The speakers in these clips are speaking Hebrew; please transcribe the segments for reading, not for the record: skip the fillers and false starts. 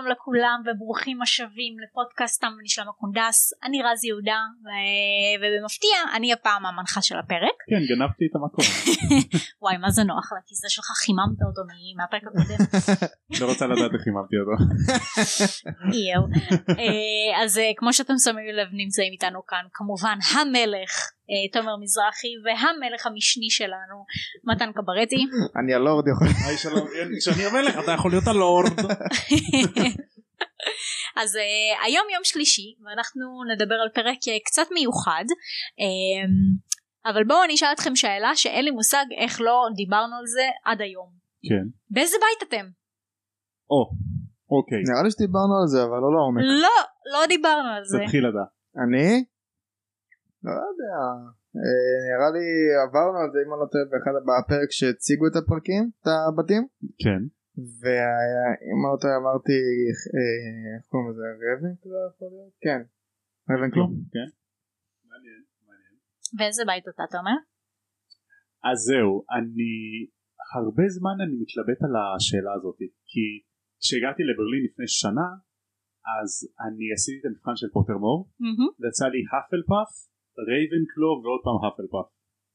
שלום לכולם וברוכים השבים לפודקאסט תם ונשלם הקונדס. אני רז יהודה ובמפתיע אני הפעם המנחה של הפרק. כן, גנבתי את המקום. וואי, מה זה נוח לכיסא שלך, חיממת אותו מהפרק הקודם. לא רוצה לדעת איך חיממתי אותו. אז כמו שאתם שמים לב נמצאים איתנו כאן כמובן המלך תומר מזרחי והמלך המשני שלנו מתן קברטי. אני הלורד יכול. היי שלום, כשאני המלך אתה יכול להיות הלורד. אז היום יום שלישי ואנחנו נדבר על פרק קצת מיוחד, אבל בואו אני אשאל אתכם שאלה שאין לי מושג איך לא דיברנו על זה עד היום. כן. באיזה בית אתם? אוקיי. נראה לי שדיברנו על זה אבל לא לעומק. לא דיברנו על זה. תתחיל לדעת. אני? לא יודע. נראה לי עברנו על זה אם אני לא טועה באחד בפרק שהציגו את הפרקים, את הבתים. כן. ואם אני לא טועה אמרתי איך קוראים לזה? רבנקלו יכול להיות? כן. רבנקלו. כן. מעניין. ואיזה בית אתה אומר? אז זהו, הרבה זמן אני מתלבט על השאלה הזאת, כי כשהגעתי לברלין לפני שנה אז אני עשיתי את המבחן של פוטרמור ויצא לי האפלפאף, רייבנקלו ועוד פעם האפלפאף,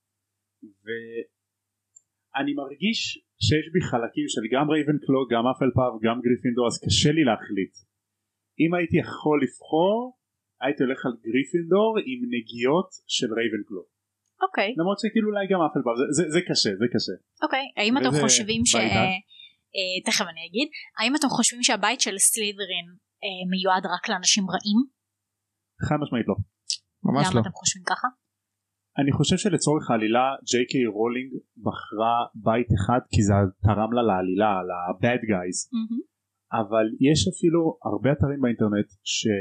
ואני מרגיש שיש בי חלקים של גם רייבנקלו, גם האפלפאף, גם גריפינדור, אז קשה לי להחליט. אם הייתי יכול לבחור הייתי הולך על גריפינדור עם נגיעות של רייבנקלו. אוקיי. למרות שכאילו אולי גם האפלפאף, זה קשה, זה קשה. אוקיי, האם אתם חושבים תכף אני אגיד, האם אתם חושבים שהבית של סלית'רין מיועד רק לאנשים רעים? חד משמעית לא. ממש לא. למה אתם חושבים ככה? אני חושב שלצורך העלילה ג'יי קיי רולינג בחרה בית אחד כי זה תרם לה לעלילה, ל-bad guys, אבל יש אפילו הרבה אתרים באינטרנט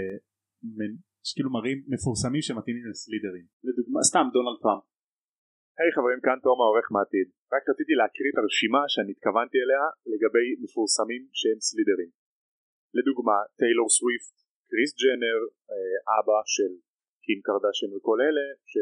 שכאילו מראים מפורסמים שמתאימים לסלית'רין. לדוגמה, סתם דונלד טראמפ. היי חברים, כאן תום העורך מעתיד. רק רציתי להקריא את הרשימה שאני התכוונתי אליה לגבי מפורסמים שהם סלית'רין. לדוגמה, טיילור סוויפט, קריס ג'נר, אבא של קים קרדשן וכל אלה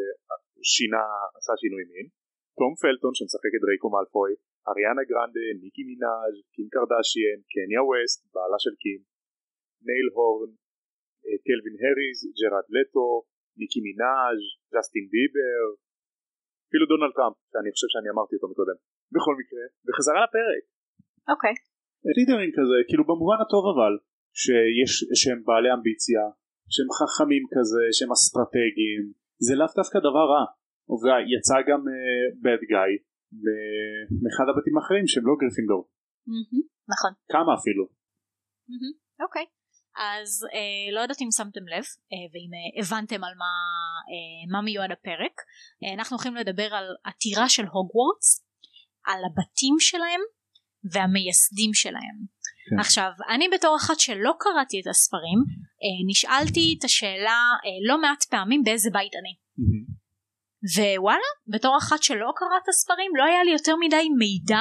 עשה שינוי מין, תום פלטון שמשחק את דרייקו מאלפוי, אריאנה גרנדה, ניקי מינאז', קים קרדשיין, קניה ווסט, בעלה של קים, נייל הורן, קלווין הריז, ג'רד לטו, ניקי מינאז', ג'סטין ביבר, אפילו דונלד טראמפ, שאני חושב שאני אמרתי אותו מקודם. בכל מקרה, וחזרה לפרק. אוקיי. סלית'רין כזה, כאילו במובן הטוב אבל, שהם בעלי אמביציה, שהם חכמים כזה, שהם אסטרטגיים, זה לאו דווקא דבר רע. יצא גם bad guy מאחד הבתים האחרים שהם לא גריפינדור. נכון. כמה אפילו. אוקיי. אז לא יודעת אם שמתם לב ואם הבנתם על מה מיועד הפרק. אנחנו הולכים לדבר על הטירה של הוגוורטס, על הבתים שלהם והמייסדים שלהם. כן. עכשיו אני בתור אחת שלא קראתי את הספרים נשאלתי את השאלה לא מעט פעמים באיזה בית אני. ווואלה, בתור אחת שלא קראת את הספרים לא היה לי יותר מדי מידע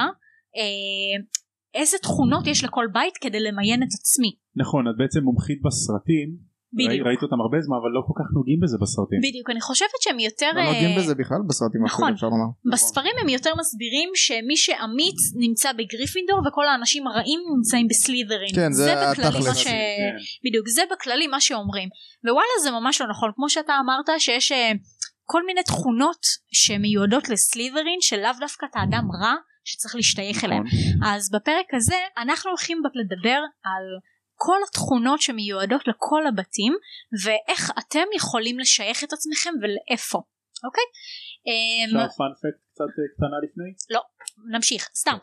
איזה תכונות יש לכל בית כדי למיין את עצמי. נכון, את בעצם מומחית בסרטים. ראית אותם הרבה זמן אבל לא כל כך נוגעים בזה בסרטים. בדיוק, אני חושבת שהם יותר לא נוגעים בזה בכלל בסרטים. נכון, אפשר לומר. בספרים הם יותר מסבירים שמי שאמיץ נמצא בגריפינדור וכל האנשים הרעים נמצאים בסלית'רין. כן, זה בכללי בדיוק, זה בכללי מה שאומרים, ווואלה זה ממש לא נכון, כמו שאתה אמרת שיש כל מיני תכונות שמיועדות לסלית'רין שלאו דווקא את האדם רע שצריך להשתייך אליהם. אז בפרק הזה אנחנו הולכים לדבר על כל התכונות שמיועדות לכל הבתים ואיך אתם יכולים לשייך את עצמכם ולאיפה. אוקיי? אפשר פאנפקט קצת קטנה לפני? לא, נמשיך, סתם.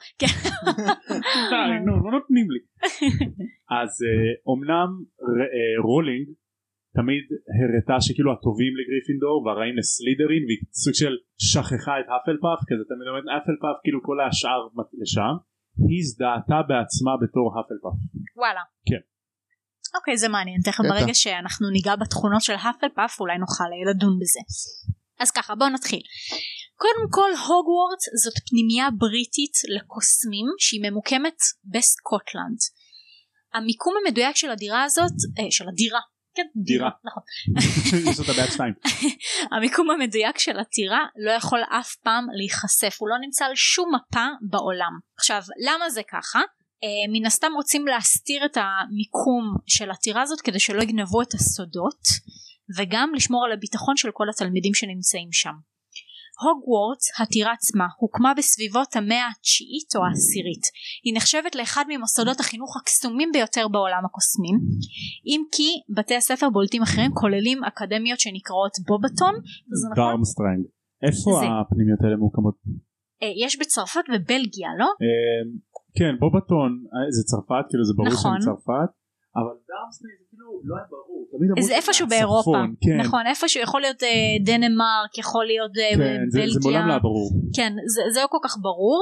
לא נותנים לי. אז אומנם רולינג תמיד הראתה שכאילו הטובים לגריפינדור והרעים לסלית'רין והיא סוג של שכחה את האפלפאף כזה, תמיד אומרת האפלפאף כאילו כל השאר לשם, היא הזדהתה בעצמה בתור האפלפאף. וואלה. כן. אוקיי, זה מעניין, תכף ברגע שאנחנו ניגע בתכונות של האפלפאף אולי נוכל לדון בזה. אז ככה בואו נתחיל. קודם כל הוגוורטס זאת פנימייה בריטית לקוסמים שהיא ממוקמת בסקוטלנד. המיקום המדויק של הדירה הזאת, של הדירה, כן, דירה, נכון. יש אותה בעד 2. המיקום המדויק של הטירה לא יכול אף פעם להיחשף, הוא לא נמצא על שום מפה בעולם. עכשיו, למה זה ככה? מן הסתם רוצים להסתיר את המיקום של הטירה הזאת כדי שלא יגנבו את הסודות וגם לשמור על הביטחון של כל התלמידים שנמצאים שם. הוגוורטס, הטירה עצמה, הוקמה בסביבות המאה התשיעית או העשירית. היא נחשבת לאחד ממוסדות החינוך הקסומים ביותר בעולם הקוסמים, אם כי בתי הספר בולטים אחרים כוללים אקדמיות שנקראות בובטון. דרמסטרנג. איפה הפנימיות האלה מוקמות? יש בצרפת ובלגיה, לא? כן, בובטון זה צרפת, כאילו זה ברור נכון. שזה צרפת, אבל דרמסטרנג זה כאילו לא היה ברור. זה איפשהו באירופה, כן. נכון, איפשהו יכול להיות דנמרק, יכול להיות כן, בלגיה, זה מעולם לא ברור. כן, זה לא כל כך ברור.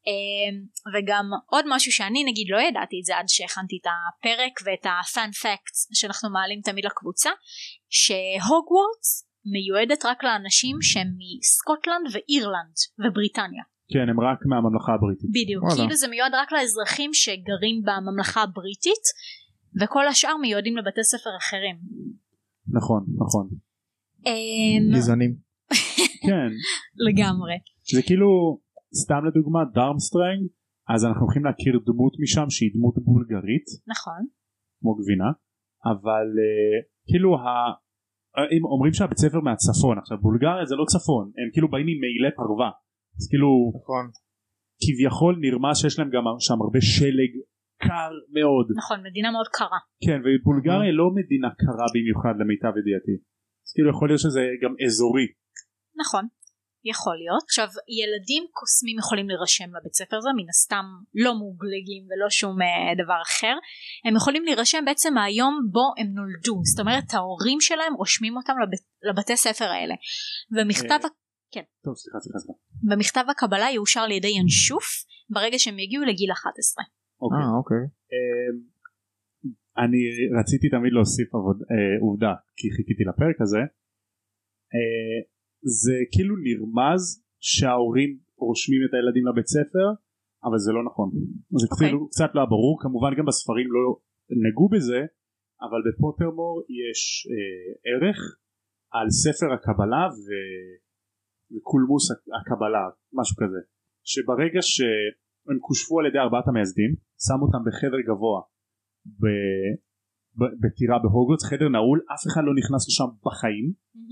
וגם עוד משהו שאני נגיד לא ידעתי את זה עד שהכנתי את הפרק ואת הפאן פקטס שאנחנו מעלים תמיד לקבוצה, שהוגוורטס מיועדת רק לאנשים שהם מסקוטלנד ואירלנד ובריטניה. כן, הם רק מהממלכה הבריטית. בדיוק, כאילו זה מיועד רק לאזרחים שגרים בממלכה הבריטית, וכל השאר מיועדים לבתי ספר אחרים. נכון, נכון. גזענים. כן. לגמרי. זה כאילו, סתם לדוגמה, דרמסטרנג, אז אנחנו הולכים להכיר דמות משם שהיא דמות בולגרית. נכון. כמו גבינה, אבל כאילו, אם אומרים שהבית ספר מהצפון, עכשיו בולגריה זה לא צפון, הם כאילו באים עם מעילי פרווה. אז כאילו, נכון. כביכול נרמה שיש להם גם שם הרבה שלג, קר מאוד. נכון, מדינה מאוד קרה. כן, ובולגריה לא מדינה קרה במיוחד למיטב ידיעתי. אז כאילו יכול להיות שזה גם אזורי. נכון, יכול להיות. עכשיו, ילדים קוסמים יכולים להירשם לבית ספר הזה, מן הסתם לא מוגלגים ולא שום דבר אחר. הם יכולים להירשם בעצם מהיום בו הם נולדו. זאת אומרת, ההורים שלהם רושמים אותם לבתי ספר האלה. ומכתב כן. טוב, סליחה. במכתב הקבלה יאושר על ידי ינשוף ברגע שהם יגיעו לגיל 11. אוקיי. אני רציתי תמיד להוסיף עובדה כי חיכיתי לפרק הזה. זה כאילו נרמז שההורים רושמים את הילדים לבית ספר, אבל זה לא נכון. זה כאילו קצת לא ברור, כמובן גם בספרים לא נגעו בזה, אבל בפוטרמור יש ערך על ספר הקבלה וקולמוס הקבלה, משהו כזה, שברגע הם קושפו על ידי 4 המייסדים, שמו אותם בחדר גבוה בטירה בהוגוורטס, חדר נעול, אף אחד לא נכנס לשם בחיים,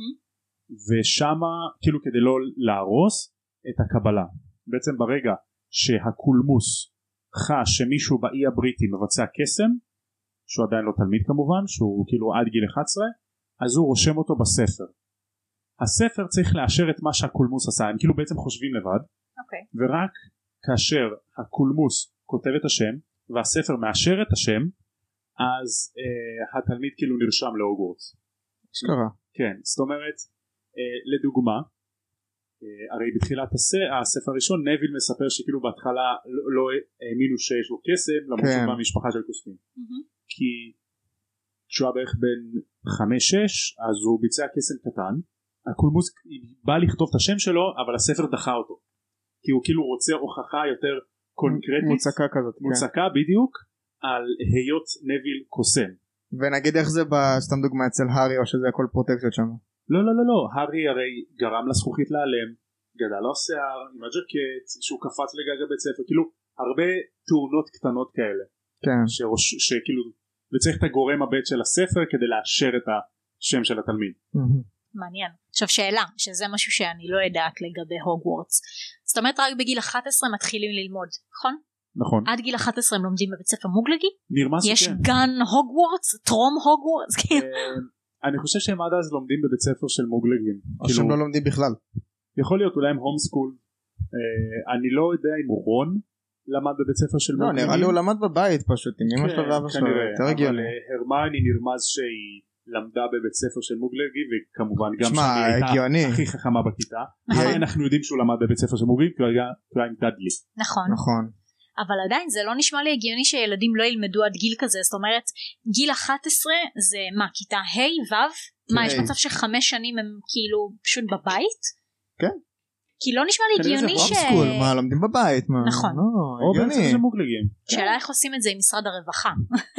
ושם כאילו כדי לא להרוס את הקבלה. בעצם ברגע שהקולמוס חש שמישהו באי הבריטי מבצע קסם, שהוא עדיין לא תלמיד כמובן, שהוא כאילו עד גיל 11, אז הוא רושם אותו בספר. הספר צריך לאשר את מה שהקולמוס עשה, הם כאילו בעצם חושבים לבד, ורק כאשר הקולמוס כותב את השם והספר מאשר את השם, אז התלמיד כאילו נרשם להוגוורטס. שקרה. כן, זאת אומרת, לדוגמה, הרי בתחילת הספר הראשון נביל מספר שכאילו בהתחלה לא האמינו שיש לו קסם, למרות שהוא מהמשפחה של קוסמים. כי כשהוא היה בערך בין 5-6 אז הוא ביצע קסם קטן, הקולמוס בא לכתוב את השם שלו אבל הספר דחה אותו, כי הוא כאילו רוצה הוכחה יותר קונקרטית, מוצקה כזאת, מוצקה בדיוק, על היות נביל קוסם. ונגיד איך זה סתם דוגמה אצל הארי, או שזה הכל פרוטקציות שם? לא, הארי הרי גרם לזכוכית להיעלם, גדל לו שיער עם הג'קט, שהוא קפץ לגג הבית ספר, כאילו הרבה תאונות קטנות כאלה, כן. שכאילו וצריך את הגורם הבית של הספר כדי לאשר את השם של התלמיד. מעניין. עכשיו שאלה, שזה משהו שאני לא יודעת לגבי הוגוורטס, זאת אומרת רק בגיל 11 מתחילים ללמוד, נכון? נכון. עד גיל 11 הם לומדים בבית ספר מוגלגי? נרמז יש כן. גן הוגוורטס, טרום הוגוורטס? אני חושב שהם עד אז לומדים בבית ספר של מוגלגים. או שהם לא לומדים בכלל. יכול להיות אולי הם הום סקול. אני לא יודע אם רון למד בבית ספר של מוגלגים. לא, נראה לי הוא למד בבית פשוט, עם אמא שלו ואבא שלו, יותר הגיוני. אבל הרמיוני נרמז שהיא למדה בבית ספר של מוגלגי, וכמובן גם שהיא הייתה הכי חכמה בכיתה. אנחנו יודעים שהוא למד בבית ספר של מוגלגי, כרגע עם דדלי. נכון. אבל עדיין זה לא נשמע לי הגיוני שילדים לא ילמדו עד גיל כזה, זאת אומרת גיל 11 זה מה, כיתה ה' ו'? מה, יש מצב ש5 שנים הם כאילו פשוט בבית? כן. כי לא נשמע לי הגיוני ש... מה, לומדים בבית? נכון. או בעצם זה מוגלגים. שאלה איך עושים את זה עם משרד הרווחה.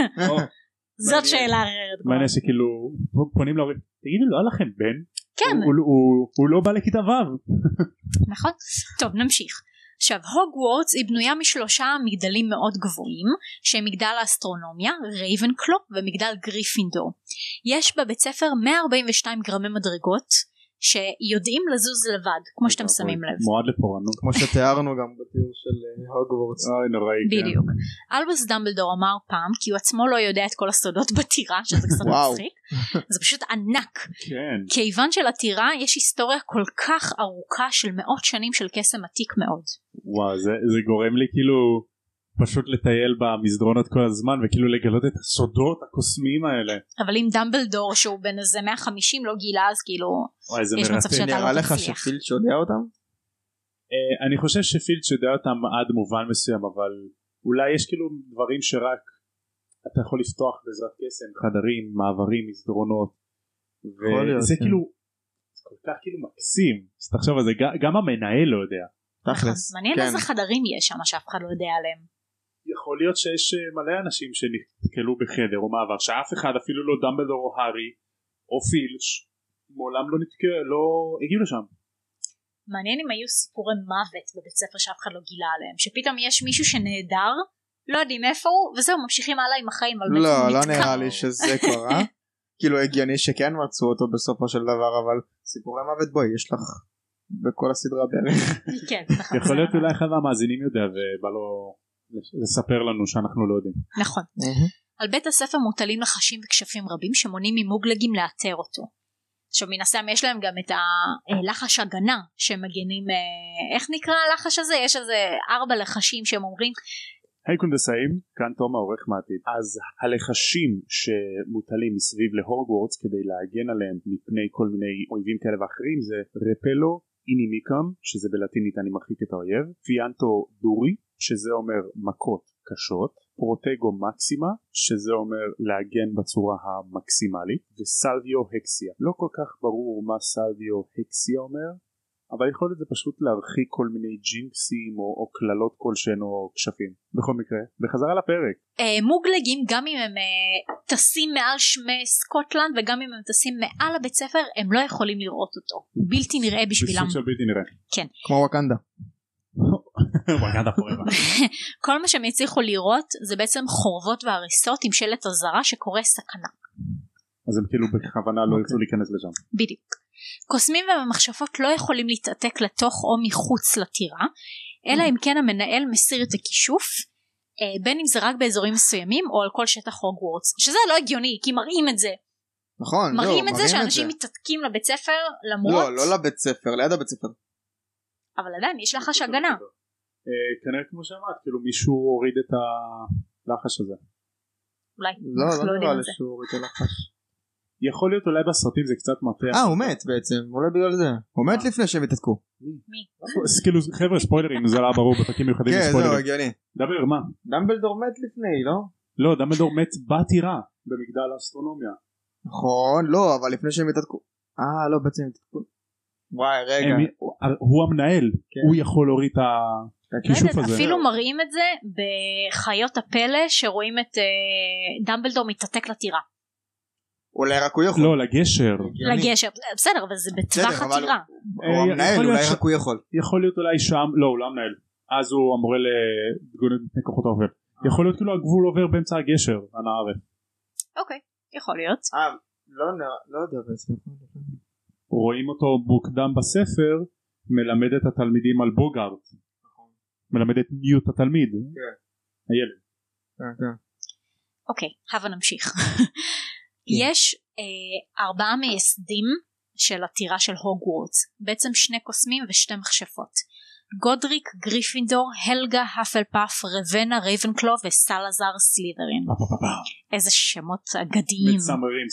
זאת שאלה אחרת. מעניין שכאילו פונים להורים, תגידו לא היה לכם בן? כן. הוא לא בא לכיתה ו'. נכון. טוב, נמשיך. עכשיו הוגוורטס היא בנויה משלושה מגדלים מאוד גבוהים שהם מגדל האסטרונומיה, רייבנקלו ומגדל גריפינדור. יש בבית ספר 142 גרמי מדרגות שיודעים לזוז לבד כמו שאתם שמים לב. מועד לפורענות. כמו שתיארנו גם בתיאור של הוגוורטס. נוראי. בדיוק. אלבוס דמבלדור אמר פעם כי הוא עצמו לא יודע את כל הסודות בטירה שזה קצת מצחיק. זה פשוט ענק. כיוון שלטירה יש היסטוריה כל כך ארוכה של מאות שנים של קסם עתיק מאוד. וואו זה גורם לי כאילו פשוט לטייל במסדרונות כל הזמן וכאילו לגלות את הסודות הקוסמיים האלה. אבל אם דמבלדור שהוא בן איזה 150 לא גילה אז כאילו יש מצב שאתה לא נראה לך תצליח. שפילץ' יודע אותם? אני חושב שפילץ' יודע אותם עד מובן מסוים אבל אולי יש כאילו דברים שרק אתה יכול לפתוח בעזרת קסם, חדרים, מעברים, מסדרונות וזה כאילו זה כל כך כאילו מקסים. אז תחשוב על זה גם המנהל לא יודע. מעניין איזה חדרים יש שם שאף אחד לא יודע עליהם. יכול להיות שיש מלא אנשים שנתקלו בחדר או מעבר שאף אחד אפילו לא דמבלדור או הארי או פילץ' מעולם לא הגיעו לשם. מעניין אם היו סיפורי מוות בבית ספר שאף אחד לא גילה עליהם שפתאום יש מישהו שנהדר לא יודעים איפה הוא וזהו ממשיכים הלאה עם החיים. לא נראה לי שזה קורה. כאילו הגיוני שכן מצאו אותו בסופו של דבר אבל סיפורי מוות בואי יש לך בכל הסדרה בערך. יכול להיות אולי אחד מהמאזינים יודע ובא לו לספר לנו שאנחנו לא יודעים. נכון. על בית הספר מוטלים לחשים וכשפים רבים שמונעים ממוגלגים לאתר אותו. עכשיו מן הסתם יש להם גם את הלחש הגנה שמגנים, איך נקרא הלחש הזה? יש איזה 4 לחשים שהם אומרים היי קונדסאים, כאן תום העורך מעתיד. אז הלחשים שמוטלים מסביב להוגוורטס כדי להגן עליהם מפני כל מיני אויבים כאלה ואחרים זה רפלו אינימיקם שזה בלטינית אני מרחיק את האויב, פיאנטו דורי שזה אומר מכות קשות, פרוטגו מקסימה שזה אומר להגן בצורה המקסימלית וסלוויו הקסיה. לא כל כך ברור מה סלוויו הקסיה אומר אבל יכול להיות זה פשוט להרחיק כל מיני ג'ינקסים או כללות כלשהן או כשפים. בכל מקרה, בחזרה לפרק. מוגלגים גם אם הם טסים מעל שמי סקוטלנד וגם אם הם טסים מעל הבית ספר הם לא יכולים לראות אותו. בלתי נראה בשבילם. בסוג של בלתי נראה. כן. כמו ווקנדה. ווקנדה פורבה. כל מה שהם הצליחו לראות זה בעצם חורבות והריסות עם שלט אזהרה שקורא סכנה. אז הם כאילו בכוונה לא ירצו להיכנס לשם. בדיוק. קוסמים וממחשפות לא יכולים להתעתק לתוך או מחוץ לטירה, אלא אם כן המנהל מסיר את הכישוף, בין אם זה רק באזורים מסוימים או על כל שטח הוגוורטס, שזה לא הגיוני כי מראים את זה. נכון, מראים את זה שאנשים מתעתקים לבית ספר למרות... לא לבית ספר, ליד הבית ספר. אבל עדיין יש לחש הגנה. כנראה כמו שאמרת, כאילו מישהו הוריד את הלחש הזה. אולי. לא נראה לי שהוא הוריד את הלחש. יכול להיות אולי בסרטים זה קצת מטה. הוא מת בעצם, אולי בגלל זה. הוא מת לפני שהם התעתקו. מי? כאילו חבר'ה ספוילרים זה לא ברור בפרקים מיוחדים כן בספוילרים. זהו הגיוני. דבר מה? דמבלדור מת לפני לא? לא דמבלדור מת בטירה במגדל האסטרונומיה. נכון לא אבל לפני שהם התעתקו. לא בעצם התעתקו. וואי רגע. הוא המנהל הוא יכול להוריד את הכישוף הזה. אפילו מראים את זה בחיות הפלא שרואים את דמבלדור מתעתק לטירה. אולי רק הוא יכול. לא, לגשר. לגשר, בסדר, אבל זה בטווח הטירה. הוא המנהל, אולי רק הוא יכול. יכול להיות אולי שם, לא, הוא לא המנהל. אז הוא המורה להתגונן מפני כוחות האויב. יכול להיות כאילו הגבול עובר באמצע הגשר, הנהר. אוקיי, יכול להיות. לא יודע בעצם. רואים אותו מוקדם בספר, מלמד את התלמידים על בוגארט. מלמד את ניוט התלמיד. הילד. אוקיי, הבה נמשיך. יש 4 מייסדים של הטירה של הוגוורטס, בעצם 2 קוסמים ו2 מכשפות, גודריק גריפינדור, הלגה הפלפאף, רוונה רייבנקלו וסלאזר סלית'רין. איזה שמות אגדיים מצמרים.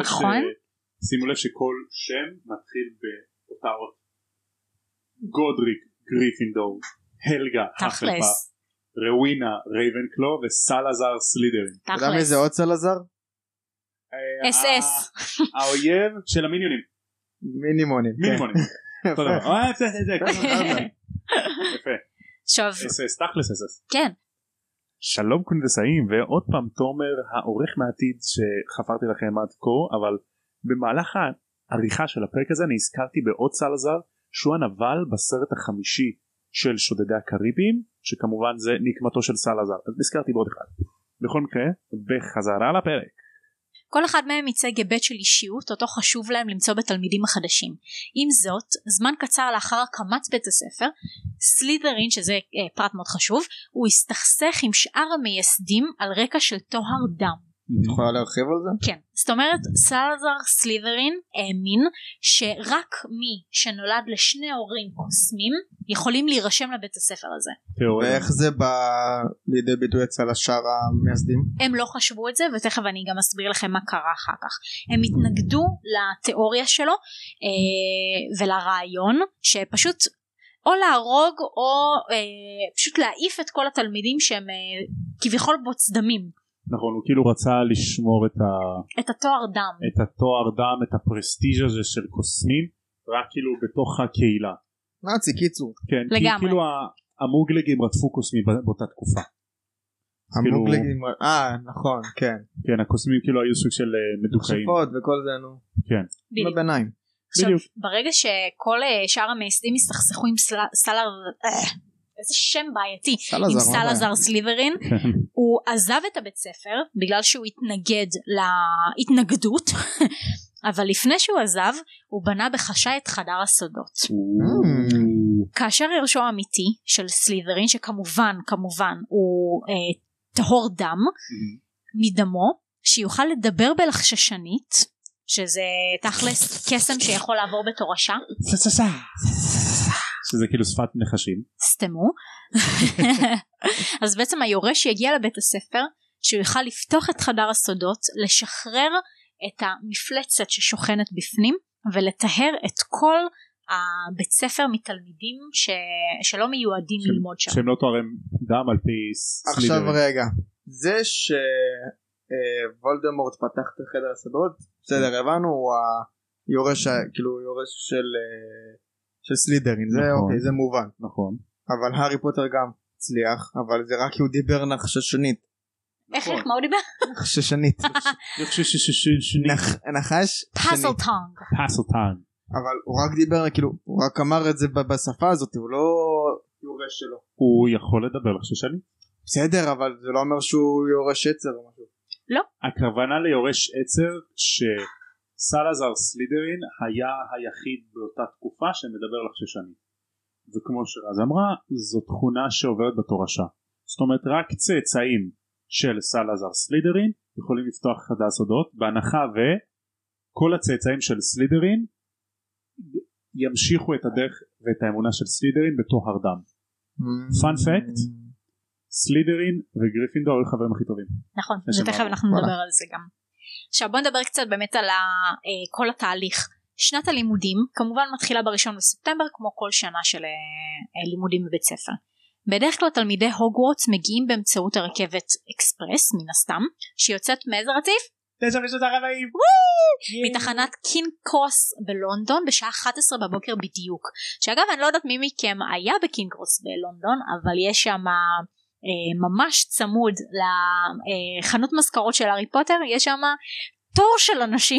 שימו לב שכל שם מתחיל באותה אות. גודריק גריפינדור, הלגה הפלפאף, רווינה רייבנקלו וסלאזר סלית'רין. אתה יודע מי זה עוד סלאזר? SS האויב של המיניונים. מינימונים. יפה. SS תכלס SS. כן. שלום קונדסאים ועוד פעם תומר העורך מעתיד שחפרתי לכם עד כה אבל במהלך העריכה של הפרק הזה אני הזכרתי בעוד סלאזר שהוא הנבל בסרט החמישי של שודדי הקריבים, שכמובן זה נקמתו של סלאזר. אז נזכרתי בעוד אחד. בכל מקרה, בחזרה לפרק. כל אחד מהם ייצג היבט של אישיות אותו חשוב להם למצוא בתלמידים החדשים. עם זאת, זמן קצר לאחר הקמת בית הספר, סלית'רין, שזה פרט מאוד חשוב, הוא הסתכסך עם שאר המייסדים על רקע של טוהר דם. את יכולה להרחיב על זה? כן, זאת אומרת סלאזר סלית'רין האמין שרק מי שנולד לשני הורים קוסמים יכולים להירשם לבית הספר הזה. ואיך זה בא לידי ביטוי אצל השאר המייסדים? הם לא חשבו את זה, ותכף אני גם אסביר לכם מה קרה אחר כך. הם התנגדו לתיאוריה שלו ולרעיון שפשוט או להרוג או פשוט להעיף את כל התלמידים שהם כביכול בוצדמים. נכון, הוא כאילו רצה לשמור את התואר דם, את התואר דם, את הפרסטיג' הזה של קוסמים, רק כאילו בתוך הקהילה. נאצי, קיצור. כן, כי כאילו המוגלגים רדפו קוסמים באותה תקופה. המוגלגים, נכון, כן. כן, הקוסמים כאילו היו סוג של מדוכאים. שפות וכל זה, נו. כן. בביניים. עכשיו, ברגע שכל שאר המייסדים הסתכסכו עם איזה שם בעייתי, עם סלאזר סלית'רין, הוא עזב את הבית ספר בגלל שהוא התנגד להתנגדות, אבל לפני שהוא עזב הוא בנה בחשאי את חדר הסודות. כאשר יורשו האמיתי של סלית'רין, שכמובן הוא טהור דם מדמו, שיוכל לדבר בלחששנית, שזה תכלס קסם שיכול לעבור בתורשה, שזה כאילו שפת נחשים. סתמו. אז בעצם היורש יגיע לבית הספר שהוא יוכל לפתוח את חדר הסודות, לשחרר את המפלצת ששוכנת בפנים ולטהר את כל הבית ספר מתלמידים שלא מיועדים ללמוד שם. שהם לא תוארים דם על פי סלית'רין. עכשיו רגע, זה שוולדמורט פתח את חדר הסודות, בסדר, הבנו, הוא היורש, כאילו יורש של סלית'רין, זה אוקיי, זה מובן. נכון. אבל הארי פוטר גם הצליח, אבל זה רק הוא דיבר נחששנית. איך מה הוא דיבר? נחששנית. נחש פאסל טונג. אבל הוא רק דיבר, כאילו, הוא רק אמר את זה בשפה הזאת, הוא לא יורש שלו. הוא יכול לדבר נחששנית? בסדר, אבל זה לא אומר שהוא יורש עצר או משהו. לא. הכוונה ליורש עצר סלאזר סלית'רין היה היחיד באותה תקופה שמדבר לחששנית, וכמו שרז אמרה, זו תכונה שעוברת בתורשה. זאת אומרת רק צאצאים של סלאזר סלית'רין יכולים לפתוח חדר סודות, בהנחה וכל הצאצאים של סלית'רין ימשיכו את הדרך ואת האמונה של סלית'רין בטוהר דם. פאנ פקט, סלית'רין וגריפינדור היו חברים הכי טובים. נכון, ותכף אנחנו נדבר על זה גם. עכשיו בוא נדבר קצת באמת על כל התהליך. שנת הלימודים כמובן מתחילה ב1 בספטמבר כמו כל שנה של לימודים בבית ספר. בדרך כלל תלמידי הוגוורטס מגיעים באמצעות הרכבת אקספרס מן הסתם, שיוצאת מאיזה רציף? מתחנת קינג קרוס בלונדון בשעה 11 בבוקר בדיוק. שאגב אני לא יודעת מי מכם היה בקינג קרוס בלונדון, אבל יש שם ממש צמוד לחנות מזכרות של הארי פוטר, יש שם תור של אנשים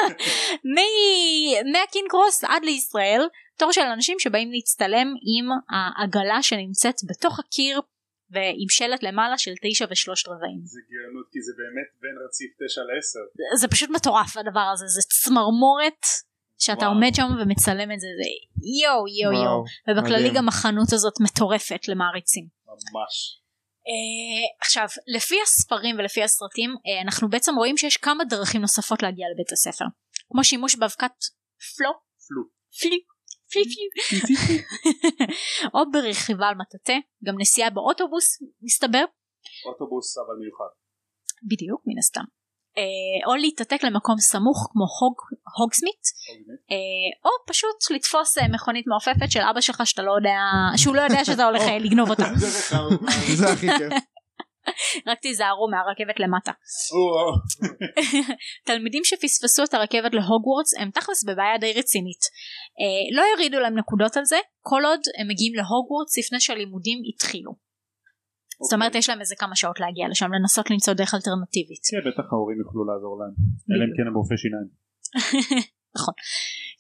מהקינג קרוס עד לישראל, תור של אנשים שבאים להצטלם עם העגלה שנמצאת בתוך הקיר ועם שלט למעלה של 9 ו3/4. זה גאונות, כי זה באמת בין רציף 9 ל10. זה פשוט מטורף הדבר הזה, זה צמרמורת שאתה עומד שם ומצלם את זה, זה יו, ובכללי גם החנות הזאת מטורפת למעריצים. ממש. עכשיו לפי הספרים ולפי הסרטים אנחנו בעצם רואים שיש כמה דרכים נוספות להגיע לבית הספר, כמו שימוש באבקת פלו או ברכיבה על מטאטא, גם נסיעה באוטובוס מסתבר, אוטובוס אבל מיוחד בדיוק מן הסתם, או להתעתק למקום סמוך כמו הוגסמית, או פשוט לתפוס מכונית מעופפת של אבא שלך שהוא לא יודע שאתה הולך לגנוב אותה. זה הכי כיף. רק תיזהרו מהרכבת למטה. תלמידים שפספסו את הרכבת להוגוורטס הם תכלס בבעיה די רצינית. לא יורידו להם נקודות על זה כל עוד הם מגיעים להוגוורטס לפני שהלימודים התחילו. זאת אומרת יש להם איזה כמה שעות להגיע לשם, לנסות למצוא דרך אלטרנטיבית. כן, בטח ההורים יוכלו לעזור להם, אלא אם כן הם רופאי שיניים. נכון.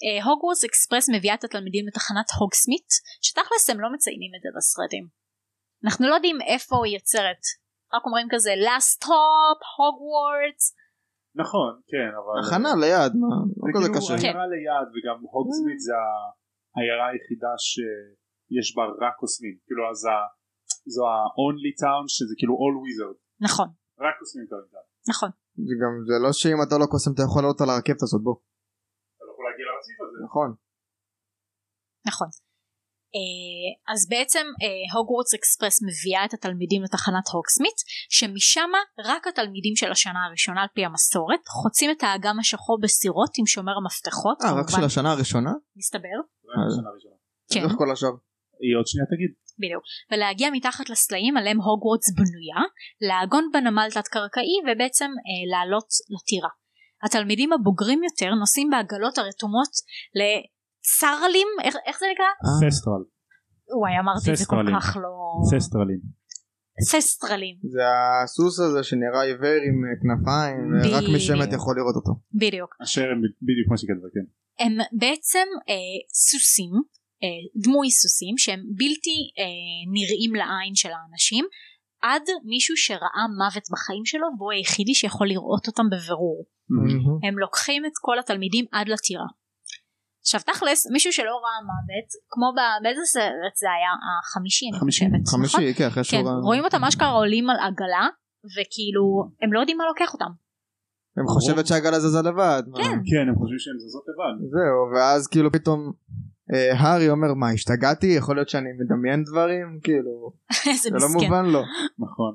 הוגוורטס אקספרס מביאה את התלמידים לתחנת הוגסמית, שתכלס הם לא מציינים את זה בסרטים. אנחנו לא יודעים איפה היא יוצרת, רק אומרים כזה last stop הוגוורטס. נכון, כן, אבל הכנה ליד, מה? לא כזה כאילו קשה. עיירה ליד, וגם הוגסמית זה העיירה היחידה שיש בה רק קוסמים, כאילו אז זו ה-only town שזה כאילו all wizard. נכון. רק קוסמים כרגע. נכון. וגם זה לא שאם אתה לא קוסם אתה יכול לעלות על הרכבת הזאת, בוא. אתה לא יכול להגיע לרציף הזה. נכון. נכון. אז בעצם הוגוורטס אקספרס מביאה את התלמידים לתחנת הוגסמית, שמשם רק התלמידים של השנה הראשונה על פי המסורת חוצים את האגם השחור בסירות עם שומר המפתחות. רק של השנה הראשונה? מסתבר. רק השנה הראשונה. כן. איך כל השאר? היא עוד שנייה תגיד. בדיוק. ולהגיע מתחת לסלעים עליהם הוגוורטס בנויה, לעגון בנמל תת-קרקעי ובעצם לעלות לטירה. התלמידים הבוגרים יותר נוסעים בעגלות הרתומות לצרלים, איך זה נקרא? ססטרל. וואי, אמרתי את זה כל כך לא... ססטרלים. ססטרלים. זה הסוס הזה שנראה עיוור עם כנפיים, רק משמת יכול לראות אותו. בדיוק. אשר הם בדיוק מה שכתבה, כן. הם בעצם סוסים, דמוי סוסים שהם בלתי נראים לעין של האנשים, עד מישהו שראה מוות בחיים שלו והוא היחידי שיכול לראות אותם בבירור. הם לוקחים את כל התלמידים עד לטירה. עכשיו תכלס מישהו שלא ראה מוות, כמו באיזה סרט זה היה, החמישי אני חושבת, חמישי, כן, אחרי כן, רואים אותם אשכרה עולים על עגלה וכאילו הם לא יודעים מה לוקח אותם. הם חושבת שהעגלה זזה לבד. כן, הם חושבים שהם זזות לבד. זהו, ואז כאילו פתאום הארי אומר, מה, השתגעתי? יכול להיות שאני מדמיין דברים? כאילו, זה לא מובן לו. נכון.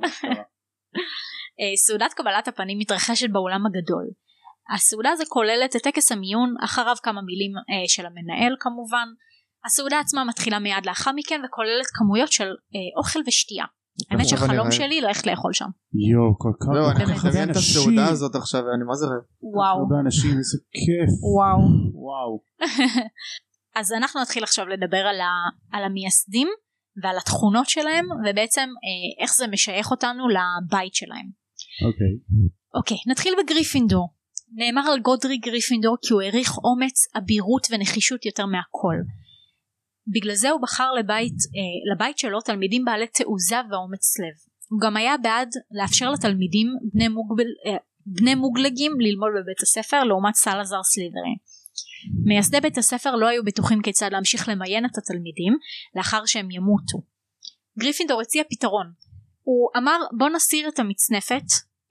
סעודת קבלת הפנים מתרחשת באולם הגדול. הסעודה הזו כוללת את טקס המיון, אחריו כמה מילים של המנהל כמובן. הסעודה עצמה מתחילה מיד לאחר מכן וכוללת כמויות של אוכל ושתייה. האמת שחלום שלי לא איך לאכול שם. יו, כל כך לא, אני חייב את הסעודה הזאת עכשיו, אני מה זה רב? וואו. הרבה אנשים, איזה כיף. וואו. אז אנחנו נתחיל עכשיו לדבר על המייסדים ועל התכונות שלהם ובעצם איך זה משייך אותנו לבית שלהם. אוקיי, נתחיל בגריפינדור. נאמר על גודרי גריפינדור כי הוא העריך אומץ, אבירות ונחישות יותר מהכל. בגלל זה הוא בחר לבית שלו תלמידים בעלי תעוזה ואומץ לב. הוא גם היה בעד לאפשר לתלמידים בני מוגלגים ללמוד בבית הספר לעומת סלאזר סלית'רין. מייסדי בית הספר לא היו בטוחים כיצד להמשיך למיין את התלמידים לאחר שהם ימותו. גריפינדור הציע פתרון. הוא אמר בוא נסיר את המצנפת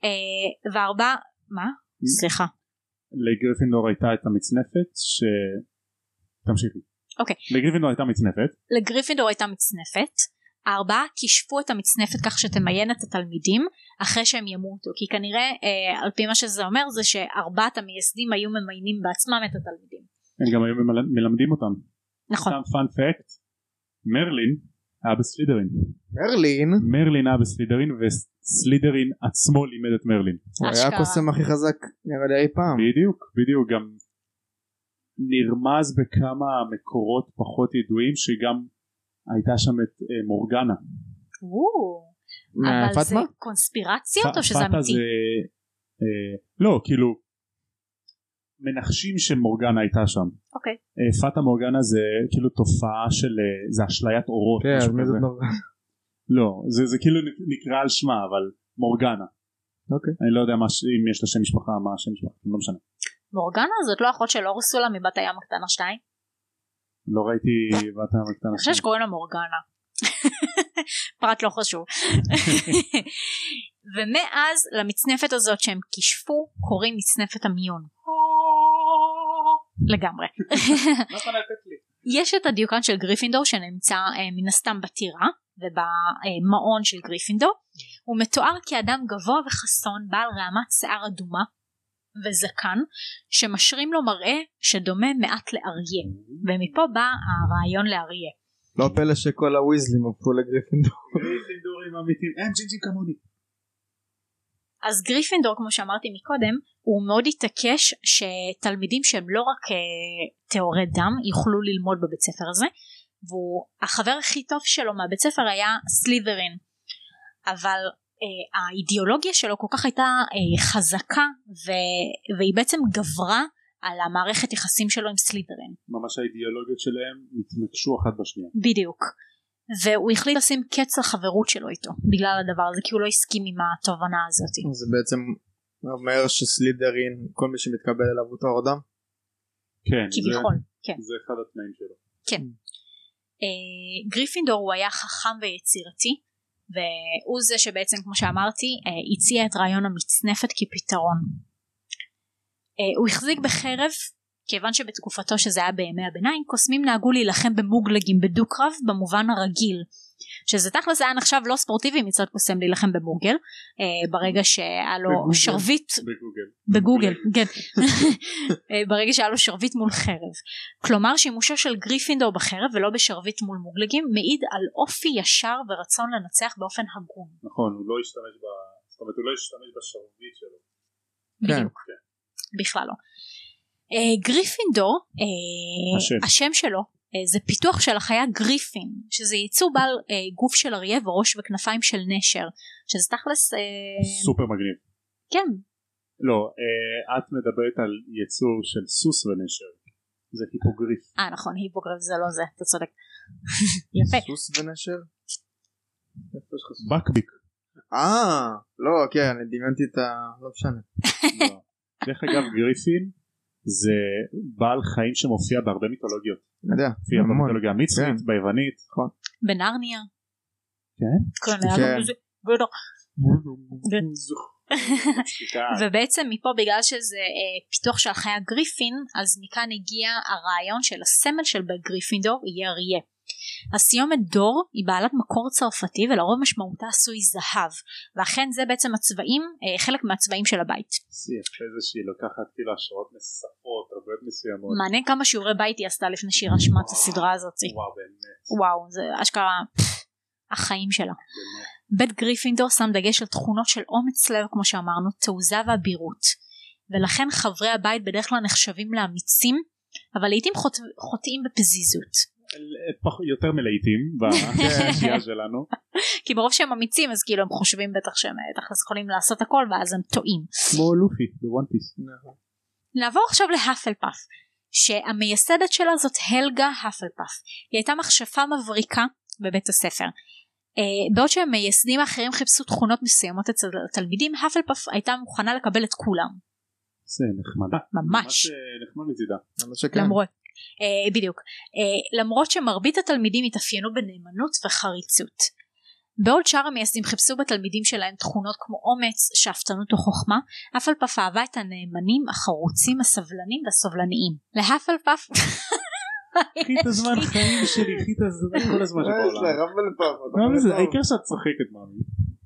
מה? סליחה. לגריפינדור הייתה את המצנפת תמשיכי. אוקיי. לגריפינדור הייתה מצנפת. הארבעה קישפו את המצנפת כך שתמיין את התלמידים אחרי שהם ימותו, כי כנראה על פי מה שזה אומר זה שארבעת המייסדים היו ממיינים בעצמם את התלמידים. הם גם היו מלמדים אותם. נכון. סתם פאנ פקט, מרלין היה בסלידרין. מרלין היה בסלידרין וסלידרין עצמו לימד את מרלין. הוא היה הקוסם הכי חזק נראה לי אי פעם. בדיוק גם נרמז בכמה מקורות פחות ידועים שגם הייתה שם את מורגנה. אבל זה קונספירציות או שזה אמיתי? לא, כאילו מנחשים שמורגנה הייתה שם. אוקיי. פאטה מורגנה זה כאילו תופעה של זה אשליית אורות. כן, אז מי זאת מורגנה? לא, זה כאילו נקרא על שמה, אבל מורגנה. אוקיי. אני לא יודע אם יש לה שם משפחה, מה השם משפחה, לא משנה. מורגנה זאת לא אחות של אורסולה מבת הים הקטנה 2? לא ראיתי בת הים הקטנה 2. אני חושב שקוראים לה מורגנה. פרט לא חשוב. ומאז למצנפת הזאת שהם קישפו קוראים מצנפת המיון. לגמרי. יש את הדיוקן של גריפינדור שנמצא מן הסתם בטירה ובמעון של גריפינדור. הוא מתואר כאדם גבוה וחסון בעל רעמת שיער אדומה וזקן שמשרים לו מראה שדומה מעט לאריה, ומפה בא הרעיון לאריה. לא פלא שכל הוויזלים הפכו לגריפינדור. גריפינדורים אמיתיים, הם ג'ינג'ים כמוני. אז גריפינדור כמו שאמרתי מקודם הוא מאוד התעקש שתלמידים שהם לא רק תיאורי דם יוכלו ללמוד בבית ספר הזה, והחבר הכי טוב שלו מהבית ספר היה סלית'רין, אבל האידיאולוגיה שלו כל כך הייתה חזקה והיא בעצם גברה על המערכת יחסים שלו עם סלית'רין. ממש האידיאולוגיות שלהם התנגשו אחת בשנייה. בדיוק. והוא החליט לשים קץ לחברות שלו איתו בגלל הדבר הזה, כי הוא לא הסכים עם התובנה הזאת. זה בעצם אומר שסלית'רין, כל מי שמתקבל אליו הוא טהור דם? כן, כביכול, כן. זה אחד התנאים שלו. כן. גריפינדור הוא היה חכם ויצירתי, והוא זה שבעצם כמו שאמרתי הציע את רעיון המצנפת כפתרון. הוא החזיק בחרב, כיוון שבתקופתו שזה היה בימי הביניים, קוסמים נהגו להילחם במוגלגים בדו-קרב במובן הרגיל, שזה תכל'ס היה נחשב לא ספורטיבי מצד קוסם להילחם במוגל, ברגע שהיה לו שרביט בגוגל, כן. ברגע שהיה לו שרביט מול חרב. כלומר שימושו של גריפינדור בחרב ולא בשרביט מול מוגלגים מעיד על אופי ישר ורצון לנצח באופן הגון. נכון, הוא לא השתמש בשרביט שלו. בדיוק, בכלל לא. גריפינדור, השם שלו זה פיתוח של החיה גריפין, שזה ייצור בעל גוף של אריה וראש וכנפיים של נשר, שזה תכלס סופר מגניב. כן. לא, את מדברת על ייצור של סוס ונשר, זה היפוגריף. נכון, היפוגריף זה לא זה, אתה צודק. יפה. סוס ונשר? בקביק. לא, כן, אני דמיינתי את לא משנה. דרך אגב, גריפין זה בעל חיים שמופיע בהרבה מיתולוגיות. מופיע במיתולוגיה המצרית, ביוונית. בנרניה. כן? ובעצם מפה בגלל שזה פיתוח של חיה גריפין, אז מכאן הגיע הרעיון של הסמל של גריפינדור יהיה אריה. הסיומת דור היא בעלת מקור צרפתי ולרוב משמעותה עשוי זהב, ואכן זה בעצם הצבעים, חלק מהצבעים של הבית. איזושהי לוקחת כאילו השראות מספות, תרבויות מסוימות. מעניין כמה שיעורי בית היא עשתה לפני שהיא רשמה את הסדרה הזאת. וואו באמת. וואו, זה אשכרה החיים שלה. בית גריפינדור שם דגש על תכונות של אומץ לב כמו שאמרנו, תעוזה ואבירות, ולכן חברי הבית בדרך כלל נחשבים לאמיצים, אבל לעתים חוטאים בפזיזות. יותר מלעיתים בשיעה שלנו, כי ברוב שהם אמיצים אז כאילו הם חושבים בטח שהם יכולים לעשות הכל ואז הם טועים, כמו לופי בוואן פיס. נעבור עכשיו להפלפף, שהמייסדת שלה זאת הלגה הפלפף. היא הייתה מכשפה מבריקה בבית הספר, בעוד שהמייסדים האחרים חיפשו תכונות מסוימות אצל התלמידים, הפלפף הייתה מוכנה לקבל את כולם. זה נחמדה, ממש נחמד מצידה. למרות בדיוק, למרות שמרבית התלמידים התאפיינו בנאמנות וחריצות, בעוד שאר המייסדים חיפשו בתלמידים שלהם תכונות כמו אומץ, שאפתנות או חוכמה, הפלפף אהבה את הנאמנים, החרוצים, הסבלנים והסובלניים. להפלפף קחי את הזמן חיים שלי, קחי את הזמן כל הזמן שבעולם. העיקר שאת צוחקת מאמי.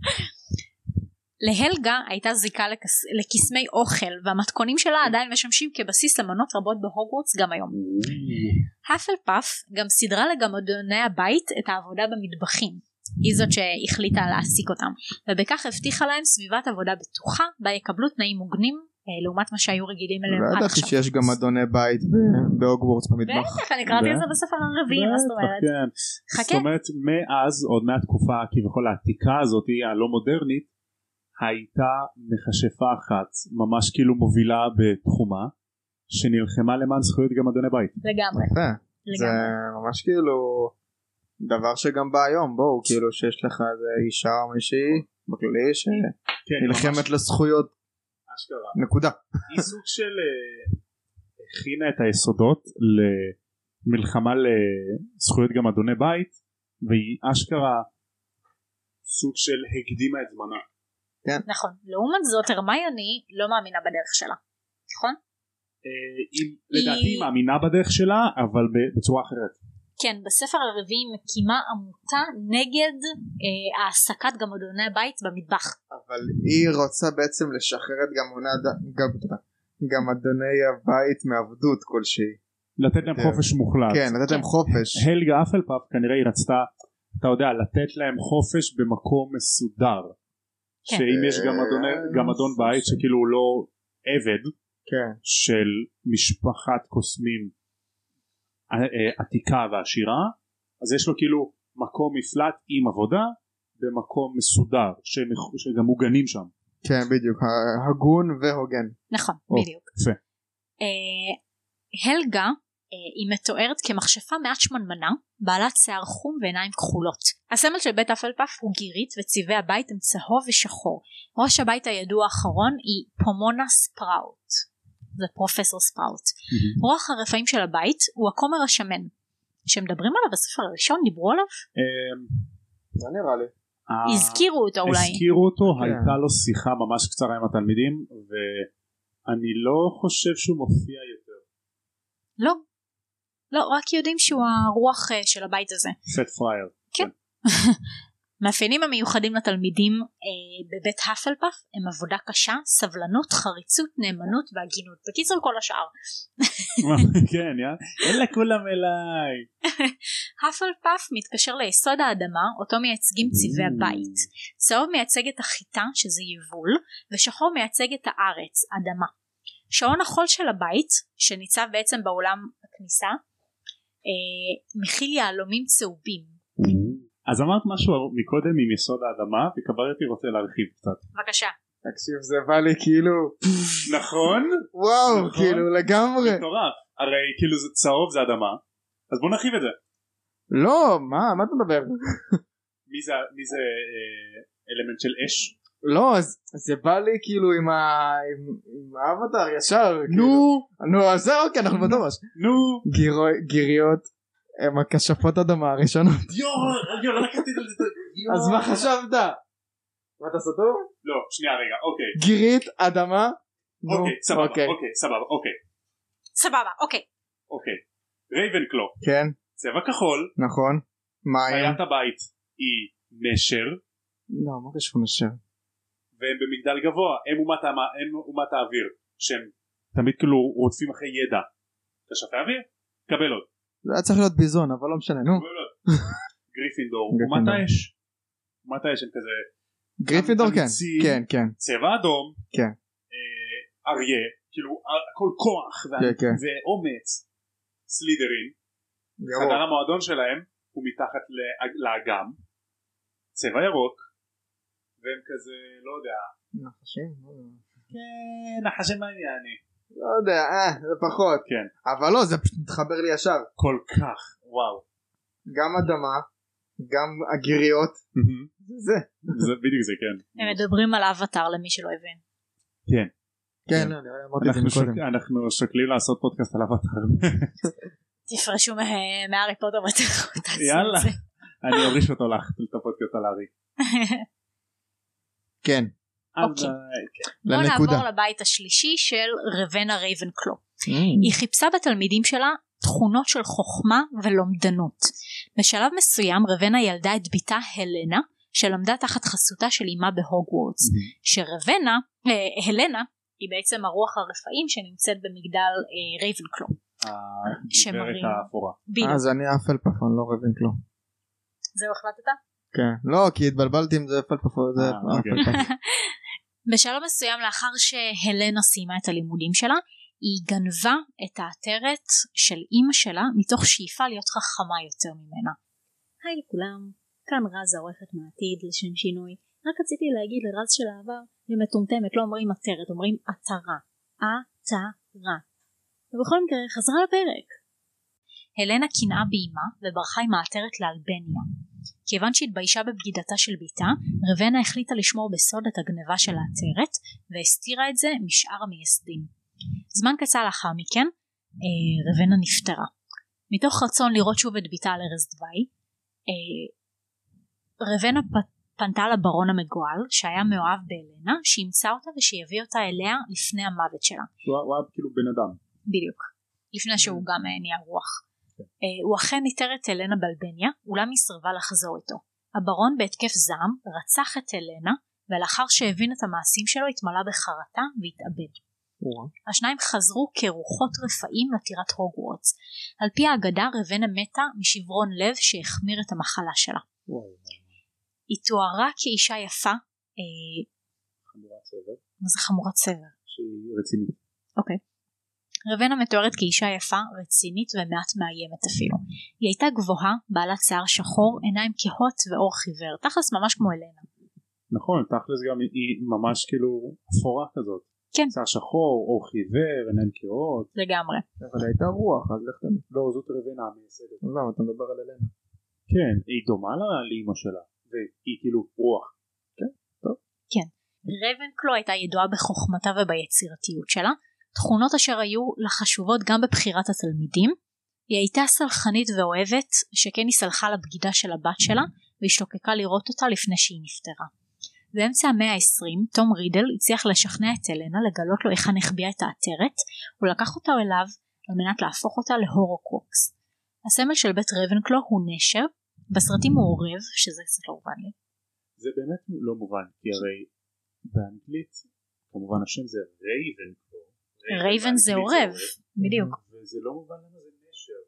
להלגה הייתה זיקה לקסמי אוכל, והמתכונים שלה עדיין משמשים כבסיס למנות רבות בהוגוורטס גם היום. הפלפף גם סידרה לגמדוני הבית את העבודה במטבחים, היא זאת שהחליטה להעסיק אותם, ובכך הבטיחה להם סביבת עבודה בטוחה בה יקבלו תנאים מוגנים לעומת מה שהיו רגילים אליהם עד עכשיו. שיש גם אדוני בית בהוגוורטס במטבח. בטח, אני קראתי את זה בספר הרביעי, מה זאת אומרת? זאת אומרת מאז, עוד מהתקופה כביכול העתיקה הזאת הלא מודרנית, הייתה מכשפה אחת ממש כאילו מובילה בתחומה שנלחמה למען זכויות גם אדוני בית. לגמרי. זה ממש כאילו דבר שגם בא היום, בואו כאילו שיש לך אישה או מישהי בכללי שנלחמת לזכויות, נקודה. היא סוג של הכינה את היסודות למלחמה לזכויות גם אדוני בית, והיא אשכרה סוג של הקדימה את זמנה. נכון, לעומת זאת הרמיוני לא מאמינה בדרך שלה, נכון? לדעתי היא מאמינה בדרך שלה אבל בצורה אחרת. כן, בספר הרביעי מקימה עמותה נגד העסקת גמדוני הבית במטבח. אבל היא רוצה בעצם לשחרר את גמדוני הבית מעבדות כלשהי, לתת להם חופש מוחלט. כן, לתת להם חופש. הלגה אפלפף כנראה היא רצתה, אתה יודע, לתת להם חופש במקום מסודר, שאם יש גם אדון בית שכאילו הוא לא עבד של משפחת קוסמים עתיקה ועשירה, אז יש לו כאילו מקום מפלט עם עבודה במקום מסודר שגם מוגנים שם. כן, בדיוק, הגון והוגן. נכון, בדיוק. הלגה היא מתוארת כמכשפה מעט שמנמנה, בעלת שיער חום ועיניים כחולות. הסמל של בית אפלפף הוא גירית וצבעי הבית הם צהוב ושחור. ראש הבית הידוע האחרון היא פומונה ספראוט, זה פרופסור ספראוט. רוח הרפאים של הבית הוא הכומר השמן שמדברים עליו בספר הראשון, דיברו עליו? זה נראה לי הזכירו אותו אולי. הזכירו אותו, הייתה לו שיחה ממש קצרה עם התלמידים ואני לא חושב שהוא מופיע יותר. לא, רק יודעים שהוא הרוח של הבית הזה. פט פרייר. כן. מאפיינים המיוחדים לתלמידים בבית האפלפף הם עבודה קשה, סבלנות, חריצות, נאמנות והגינות. בקיצור כל השאר. כן, אין לכולם אליי. האפלפף מתקשר ליסוד האדמה, אותו מייצגים צבעי הבית. צהוב מייצג את החיטה שזה יבול, ושחור מייצג את הארץ, אדמה. שעון החול של הבית, שניצב בעצם באולם הכניסה, מכיל יהלומים צהובים. אז אמרת משהו מקודם עם יסוד האדמה וקברתי רוצה להרחיב קצת. בבקשה. תקשיב זה בא לי כאילו נכון? וואו כאילו לגמרי. מטורף. הרי כאילו זה צהוב זה אדמה אז בוא נרחיב את זה. לא מה אתה מדבר? מי זה אלמנט של אש? לא זה בא לי כאילו עם האבטר ישר. נו אז זה אוקיי אנחנו בטובש. נו גיריות הם הכשפות אדמה הראשונות. יו, לא לקחתי את זה. אז מה חשבת? מה אתה סתור? לא, שנייה רגע, אוקיי. גירית, אדמה. אוקיי, סבבה, אוקיי. רייבנקלו. כן. צבע כחול. נכון. מים. חיית הבית היא נשר. לא, מה קשור נשר? והם במגדל גבוה, הם אומת האוויר, שהם תמיד כאילו רודפים אחרי ידע. כשפי אוויר? קבל עוד. זה היה צריך להיות ביזון אבל לא משנה נו. גריפינדור אומת האש. אומת האש הם כזה גריפינדור כן צבע אדום כן אריה כאילו הכל כוח ואומץ. סלידרין חדר המועדון שלהם הוא מתחת לאגם צבע ירוק והם כזה לא יודע נחשים כן נחשים מה אני לא יודע, זה פחות. כן. אבל לא, זה פשוט מתחבר לי ישר. כל כך, וואו. גם אדמה, גם הגיריות. זה. זה בדיוק זה, כן. הם מדברים על אבטר למי שלא הבין. כן. כן, אמרתי את זה מקודם. אנחנו שוקלים לעשות פודקאסט על אבטר. תפרשו מהארי פוטר ותעשו יאללה. אני אוריש אותו לך, את הפודקאסט על הארי. כן. בוא נעבור לבית השלישי של רבנה רייבנקלו. היא חיפשה בתלמידים שלה תכונות של חוכמה ולומדנות. בשלב מסוים רבנה ילדה את ביתה הלנה שלמדה תחת חסותה של אמה בהוגוורטס. הלנה היא בעצם הרוח הרפאים שנמצאת במגדל רייבנקלו. הגברת האפורה. אז אני אפלפף, אני לא רייבנקלו. זהו החלטת? כן, לא כי התבלבלתי עם זה אפלפף. בשלב מסוים לאחר שהלנה סיימה את הלימודים שלה היא גנבה את העטרת של אמא שלה מתוך שאיפה להיות חכמה יותר ממנה. היי לכולם, כאן רז העורכת מהעתיד לשם שינוי. רק רציתי להגיד לרז של העבר ומטומטמת לא אומרים עטרת, אומרים עטרה. עטרה. ובכל מקרה חזרה לפרק. הלנה קנאה באמה וברחה עם העטרת לאלבניה. כיוון שהתביישה בבגידתה של ביתה, רבנה החליטה לשמור בסוד את הגניבה של העטרת והסתירה את זה משאר המייסדים. זמן קצר לאחר מכן רבנה נפטרה. מתוך רצון לראות שוב את ביתה על ערש דווי, רבנה פנתה לברון המגועל שהיה מאוהב בהלנה, שימצא אותה ושיביא אותה אליה לפני המוות שלה. הוא היה כאילו בן אדם. בדיוק, לפני שהוא גם נהיה רוח. הוא אכן ניתר את הלנה באלבניה, אולם היא סרבה לחזור איתו. הברון בהתקף זעם רצח את הלנה, ולאחר שהבין את המעשים שלו התמלא בחרטה והתאבד. השניים חזרו כרוחות רפאים לטירת הוגוורטס. על פי האגדה רבנה מתה משברון לב שהחמיר את המחלה שלה. היא תוארה כאישה יפה. חמורת סבר. מה זה חמורת סבר? שהיא רצינית. אוקיי. רבנה מתוארת כאישה יפה, רצינית ומעט מאיימת אפילו. היא הייתה גבוהה, בעלת שיער שחור, עיניים כהות ואור חיוור, תכלס ממש כמו אלנה. נכון, תכלס גם היא ממש כאילו אפורה כזאת. כן. שיער שחור, אור חיוור, עיניים כהות. לגמרי. אבל הייתה רוח, אז איך תמיד? לא, זאת רבנה המייסדת. לא, אתה מדבר על אלנה. כן, היא דומה לאמא שלה, והיא כאילו רוח. כן, טוב. כן. רייבנקלו הייתה ידועה בחוכמתה וביצירתיות שלה, תכונות אשר היו לחשובות גם בבחירת התלמידים. היא הייתה סלחנית ואוהבת, שכן היא סלחה לבגידה של הבת שלה, והשתוקקה לראות אותה לפני שהיא נפטרה. באמצע המאה ה-20, תום רידל הצליח לשכנע את אלנה לגלות לו איך הנחביאה את העטרת, ולקח אותה אליו על מנת להפוך אותה להורוקרוקס. הסמל של בית רייבנקלו הוא נשר, בסרטים הוא עורב, שזה קצת לא מובן לי. זה באמת לא מובן, כי הרי באנגלית, כמובן השם זה רייבנקלו. רייבן זה עורב, בדיוק. וזה לא מובן למה זה נשר.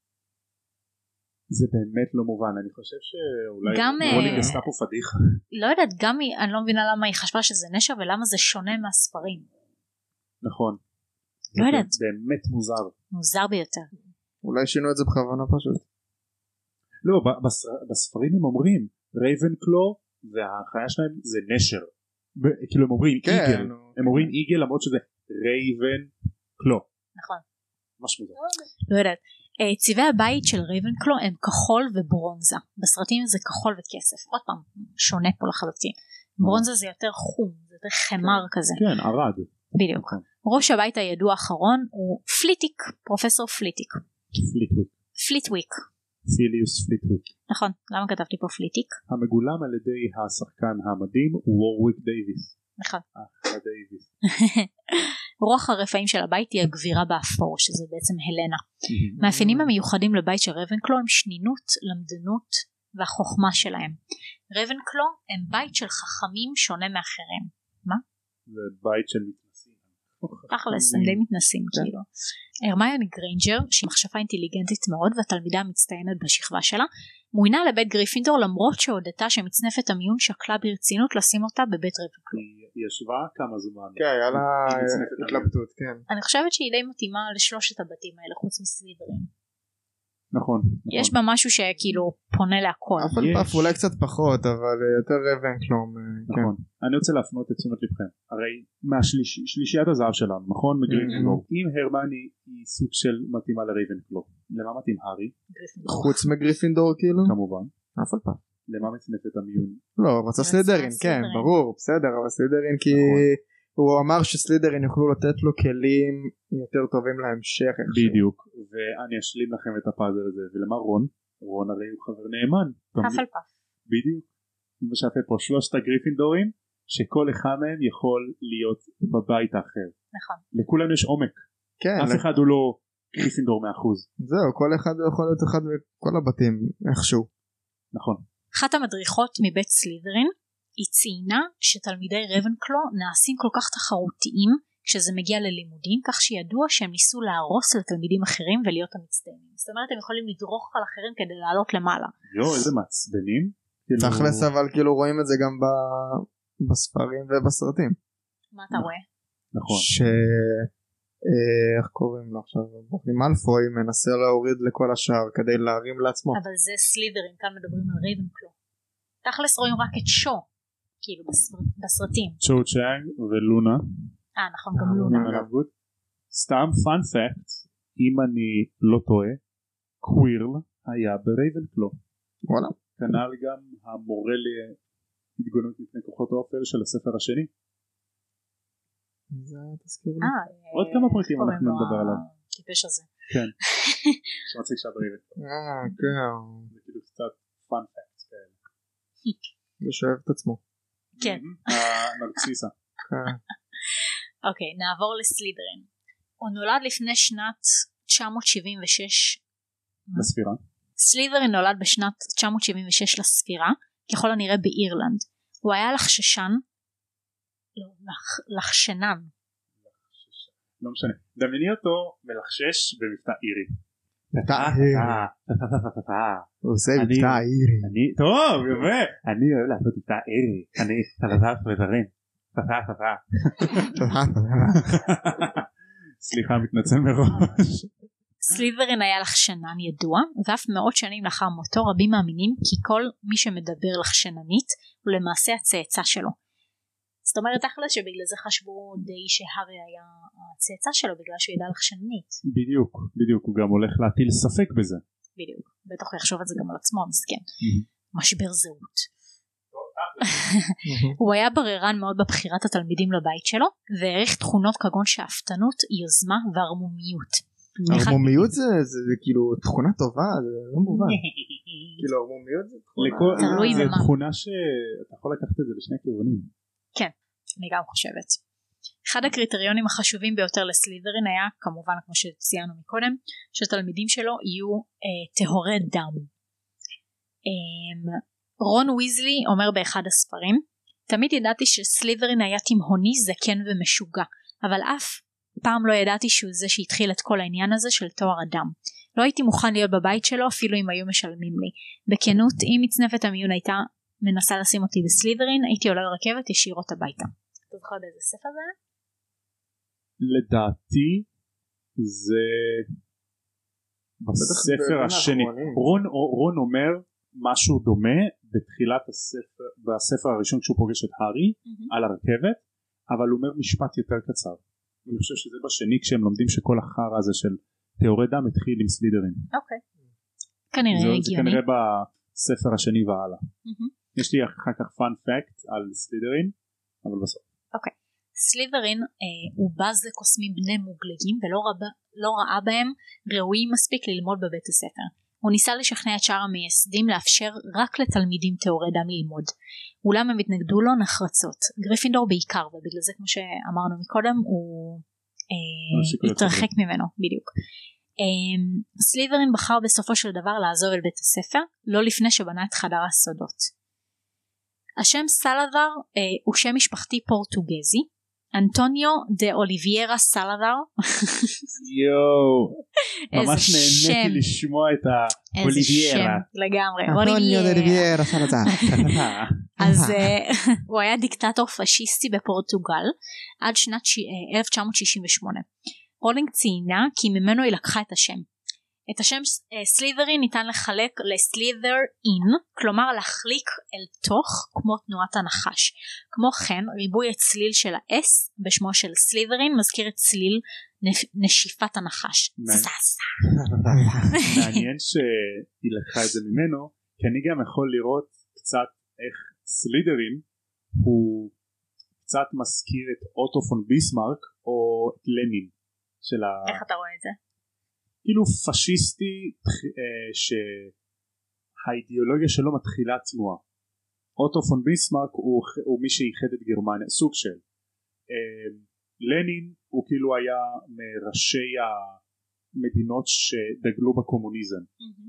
זה באמת לא מובן, אני חושב שאולי רולינג עשתה פה פדיחה. לא יודעת, גם אני לא מבינה למה היא חשבה שזה נשר ולמה זה שונה מהספרים. נכון. לא יודעת. זה באמת מוזר. מוזר ביותר. אולי שינו את זה בכוונה פשוט. לא, בספרים הם אומרים רייבנקלו והחיה שלהם זה נשר. כאילו הם אומרים איגל. הם אומרים איגל למרות שזה רייבנקלו. נכון. ממש מוזר. לא יודעת. צבעי הבית של רייבנקלו הם כחול וברונזה. בסרטים זה כחול וכסף. עוד פעם, שונה פה לחלוטין. ברונזה זה יותר חום, זה יותר חמר כזה. כן, ערד. בדיוק. ראש הבית הידוע האחרון הוא פליטיק, פרופסור פליטיק. פליטוויק. סיליוס פליטוויק. נכון, למה כתבתי פה פליטיק? המגולם על ידי השחקן המדהים וורוויק דייביס. נכון. אחלה דייביס. רוח הרפאים של הבית היא הגבירה באפור, שזה בעצם הלנה. מאפיינים המיוחדים לבית של רייבנקלו הם שנינות, למדנות והחוכמה שלהם. רייבנקלו הם בית של חכמים שונה מאחרים. מה? זה בית של מתנסים. תכלס, הם די מתנסים כאילו. הרמיוני גריינג'ר, שהיא מכשפה אינטליגנטית מאוד והתלמידה המצטיינת בשכבה שלה, מוינה לבית גריפינדור למרות שהודתה שמצנפת המיון שקלה ברצינות לשים אותה בבית רייבנקלו. היא ישבה כמה זמן. כן, היה לה התלבטות, כן. אני חושבת שהיא די מתאימה לשלושת הבתים האלה חוץ מסלידרין. נכון. יש בה משהו שכאילו פונה להכל. אף אולי קצת פחות, אבל יותר רייבנקלו. נכון. אני רוצה להפנות את תשומת לבכם. הרי מהשלישיית הזהב שלנו, נכון? מגריפינדור. אם הרמיוני היא סוג של מתאימה לרייבנקלו, למה מתאים הארי? חוץ מגריפינדור כאילו? כמובן. אף על פעם. למה מצנפת המיון? לא, רצה סלידרין, כן, ברור, בסדר, אבל סלידרין כי הוא אמר שסלידרין יוכלו לתת לו כלים יותר טובים להמשך. בדיוק, ואני אשלים לכם את הפאזל הזה, ולמה רון? רון הרי הוא חבר נאמן. פף על פף. בדיוק. מה שאפה פה, שלושת הגריפינדורים, שכל אחד מהם יכול להיות בבית האחר. נכון. לכולם יש עומק. כן. אף אחד הוא לא גריפינדור 100%. זהו, כל אחד יכול להיות אחד מכל הבתים, איכשהו. נכון. אחת המדריכות מבית סלידרין היא ציינה שתלמידי רייבנקלו נעשים כל כך תחרותיים כשזה מגיע ללימודים, כך שידוע שהם ניסו להרוס לתלמידים אחרים ולהיות המצטיינים. זאת אומרת הם יכולים לדרוך על אחרים כדי לעלות למעלה. איזה מעצבנים. תכלס אבל כאילו רואים את זה גם בספרים ובסרטים. מה אתה רואה? נכון. איך קוראים לו עכשיו? מאלפוי מנסה להוריד לכל השאר כדי להרים לעצמו. אבל זה סלידרין, כאן מדברים על רייבנקלו. תכלס רואים רק את שו, כאילו בסרטים. צ'ו צ'אנג ולונה. נכון, גם לונה. סתם פאנ פקט, אם אני לא טועה, קווירל היה ברייבנקלו. וואלה. כנ"ל גם המורה להתגוננות מפני כוחות האופל של הספר השני. זה תזכיר לי. עוד כמה פרקים אנחנו נדבר עליו. טיפש הזה. כן. שמצליק שהברייבנקלו. כן. זה כאילו קצת פאנ פקט כאלה. ושואב את עצמו. כן. הנרציסה. אוקיי, נעבור לסלידרין. הוא נולד לפני שנת 976 לספירה. סלידרין נולד בשנת 976 לספירה, ככל הנראה באירלנד. הוא היה לחששן, לא, לחשנן. לא משנה. דמייני אותו מלחשש במבטא אירי. הוא עושה מבטא אירי. טוב, יפה. אני אוהב לעשות מבטא אירי. אני תלזף וזרים. סליחה, מתנצל מראש. סלידרין היה לחשנן ידוע, ואף מאות שנים לאחר מותו רבים מאמינים כי כל מי שמדבר לחשננית הוא למעשה הצאצא שלו. זאת אומרת אחלה שבגלל זה חשבו די שהארי היה הצאצא שלו בגלל שהוא ידע לחשנית. בדיוק הוא גם הולך להטיל ספק בזה. בדיוק, בטח הוא יחשוב את זה גם על עצמו מסכן. משבר זהות. הוא היה בררן מאוד בבחירת התלמידים לבית שלו והעריך תכונות כגון שאפתנות, יוזמה וערמומיות. ערמומיות זה כאילו תכונה טובה, זה לא מובן. כאילו ערמומיות זה תכונה שאתה יכול לקחת את זה לשני כיוונים. כן, אני גם חושבת. אחד הקריטריונים החשובים ביותר לסלית'רין היה כמובן כמו שציינו מקודם שהתלמידים שלו יהיו טהורי דם. רון ויזלי אומר באחד הספרים, תמיד ידעתי שסלית'רין היה תימהוני, זקן ומשוגע, אבל אף פעם לא ידעתי שהוא זה שהתחיל את כל העניין הזה של תואר אדם. לא הייתי מוכן להיות בבית שלו אפילו אם היו משלמים לי. בכנות, אם מצנפת המיון הייתה מנסה לשים אותי בסלית'רין, הייתי עולה לרכבת ישירות הביתה. אתה זוכר באיזה ספר זה? לדעתי זה בספר השני. רון אומר משהו דומה בתחילת הספר, בספר הראשון כשהוא פוגש את הארי על הרכבת, אבל הוא אומר משפט יותר קצר. אני חושב שזה בשני כשהם לומדים שכל החרא הזה של תיאורי דם התחיל עם סלית'רין. אוקיי. כנראה הגיוני. זה כנראה בספר השני והלאה. יש לי אחר כך פאנ פקט על סלית'רין, אבל בסוף. אוקיי. סלית'רין הוא בז לקוסמים בני מוגלגים ולא ראה בהם ראויים מספיק ללמוד בבית הספר. הוא ניסה לשכנע את שאר המייסדים לאפשר רק לתלמידים תיאורי דם ללמוד. אולם הם התנגדו לו נחרצות. גריפינדור בעיקר, ובגלל זה כמו שאמרנו מקודם הוא התרחק ממנו בדיוק. סלית'רין בחר בסופו של דבר לעזוב את בית הספר, לא לפני שבנה את חדר הסודות. השם סלאזר הוא שם משפחתי פורטוגזי, אנטוניו דה אוליביירה סלאזר. ממש נהניתי לשמוע את האוליביירה. לגמרי. אנטוניו דה אוליביירה סלאזר. אז הוא היה דיקטטור פשיסטי בפורטוגל עד שנת 1968. רולינג ציינה כי ממנו היא לקחה את השם. את השם סלית'רין ניתן לחלק לסלית'ר אין, כלומר להחליק אל תוך כמו תנועת הנחש. כמו כן ריבוי הצליל של ה-S בשמו של סלית'רין מזכיר את צליל נשיפת הנחש. מעניין שהיא לקחה את זה ממנו, כי אני גם יכול לראות קצת איך סלית'רין הוא קצת מזכיר את אוטו פון ביסמרק או את לנין. איך אתה רואה את זה? כאילו פשיסטי שהאידיאולוגיה שלו מתחילה תנועה. אוטו פון ביסמרק הוא מי שאיחד את גרמניה, סוג של לנין הוא כאילו היה מראשי המדינות שדגלו בקומוניזם.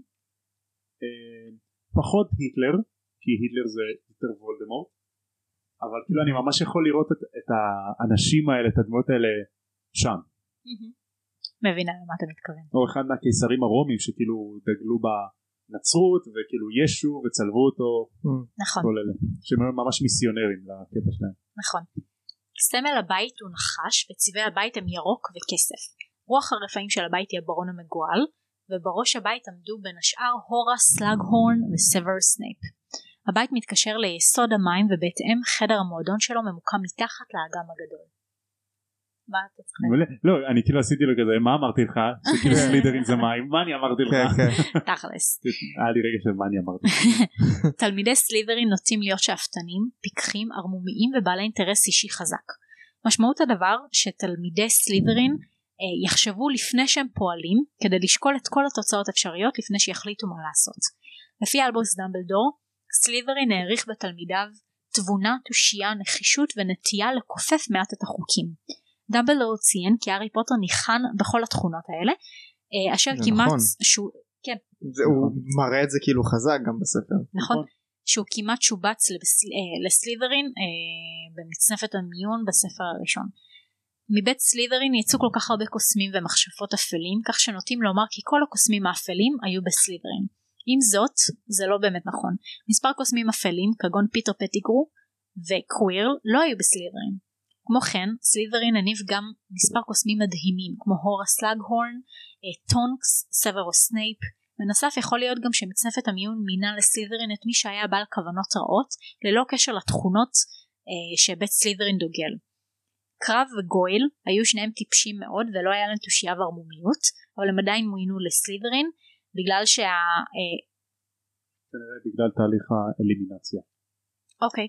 פחות היטלר, כי היטלר זה יותר וולדמורט, אבל כאילו אני ממש יכול לראות את האנשים האלה, את הדמות האלה שם. מבינה למה אתה מתכוון. או אחד מהקיסרים הרומים שכאילו דגלו בנצרות וכאילו ישו וצלבו אותו. נכון. כל אלה שהם ממש מיסיונרים לקטע שלהם. נכון. סמל הבית הוא נחש וצבעי הבית הם ירוק וכסף. רוח הרפאים של הבית היא הברון המגואל, ובראש הבית עמדו בין השאר הורס, סלאגהורן וסוורס סנייפ. הבית מתקשר ליסוד המים ובהתאם חדר המועדון שלו ממוקם מתחת לאגם הגדול. מה אתה צריך? לא, אני כאילו עשיתי לו כזה, מה אמרתי לך? שכאילו סלית'רין זה מים, מה אני אמרתי לך? תכלס. היה לי רגע של מה אני אמרתי. תלמידי סלית'רין נוטים להיות שאפתנים, פיקחים, ערמומיים ובעלי אינטרס אישי חזק. משמעות הדבר שתלמידי סלית'רין יחשבו לפני שהם פועלים כדי לשקול את כל התוצאות אפשריות לפני שיחליטו מה לעשות. לפי אלבוס דמבלדור, סלית'רין העריך בתלמידיו תבונה, תושייה, נחישות ונטייה לכופף מעט את החוקים. דמבלדור ציין כי הארי פוטר ניחן בכל התכונות האלה, אשר כמעט שהוא, כן. הוא מראה את זה כאילו חזק גם בספר. נכון, שהוא כמעט שובץ לסלית'רין במצנפת המיון בספר הראשון. מבית סלית'רין יצאו כל כך הרבה קוסמים ומכשפות אפלים, כך שנוטים לומר כי כל הקוסמים האפלים היו בסלית'רין. עם זאת, זה לא באמת נכון. מספר קוסמים אפלים, כגון פיטר פטיגרו וקווירל, לא היו בסלית'רין. כמו כן, סלית'רין הניב גם מספר קוסמים מדהימים, כמו הורס סלאגהורן, טונקס, סוורוס סנייפ. בנוסף יכול להיות גם שמצנפת המיון מינה לסלית'רין את מי שהיה בעל כוונות רעות, ללא קשר לתכונות שבית סלית'רין דוגל. קרב וגויל היו שניהם טיפשים מאוד ולא היה להם תושייה וערמומיות, אבל הם עדיין מוינו לסלית'רין בגלל כנראה בגלל תהליך האלימינציה. אוקיי.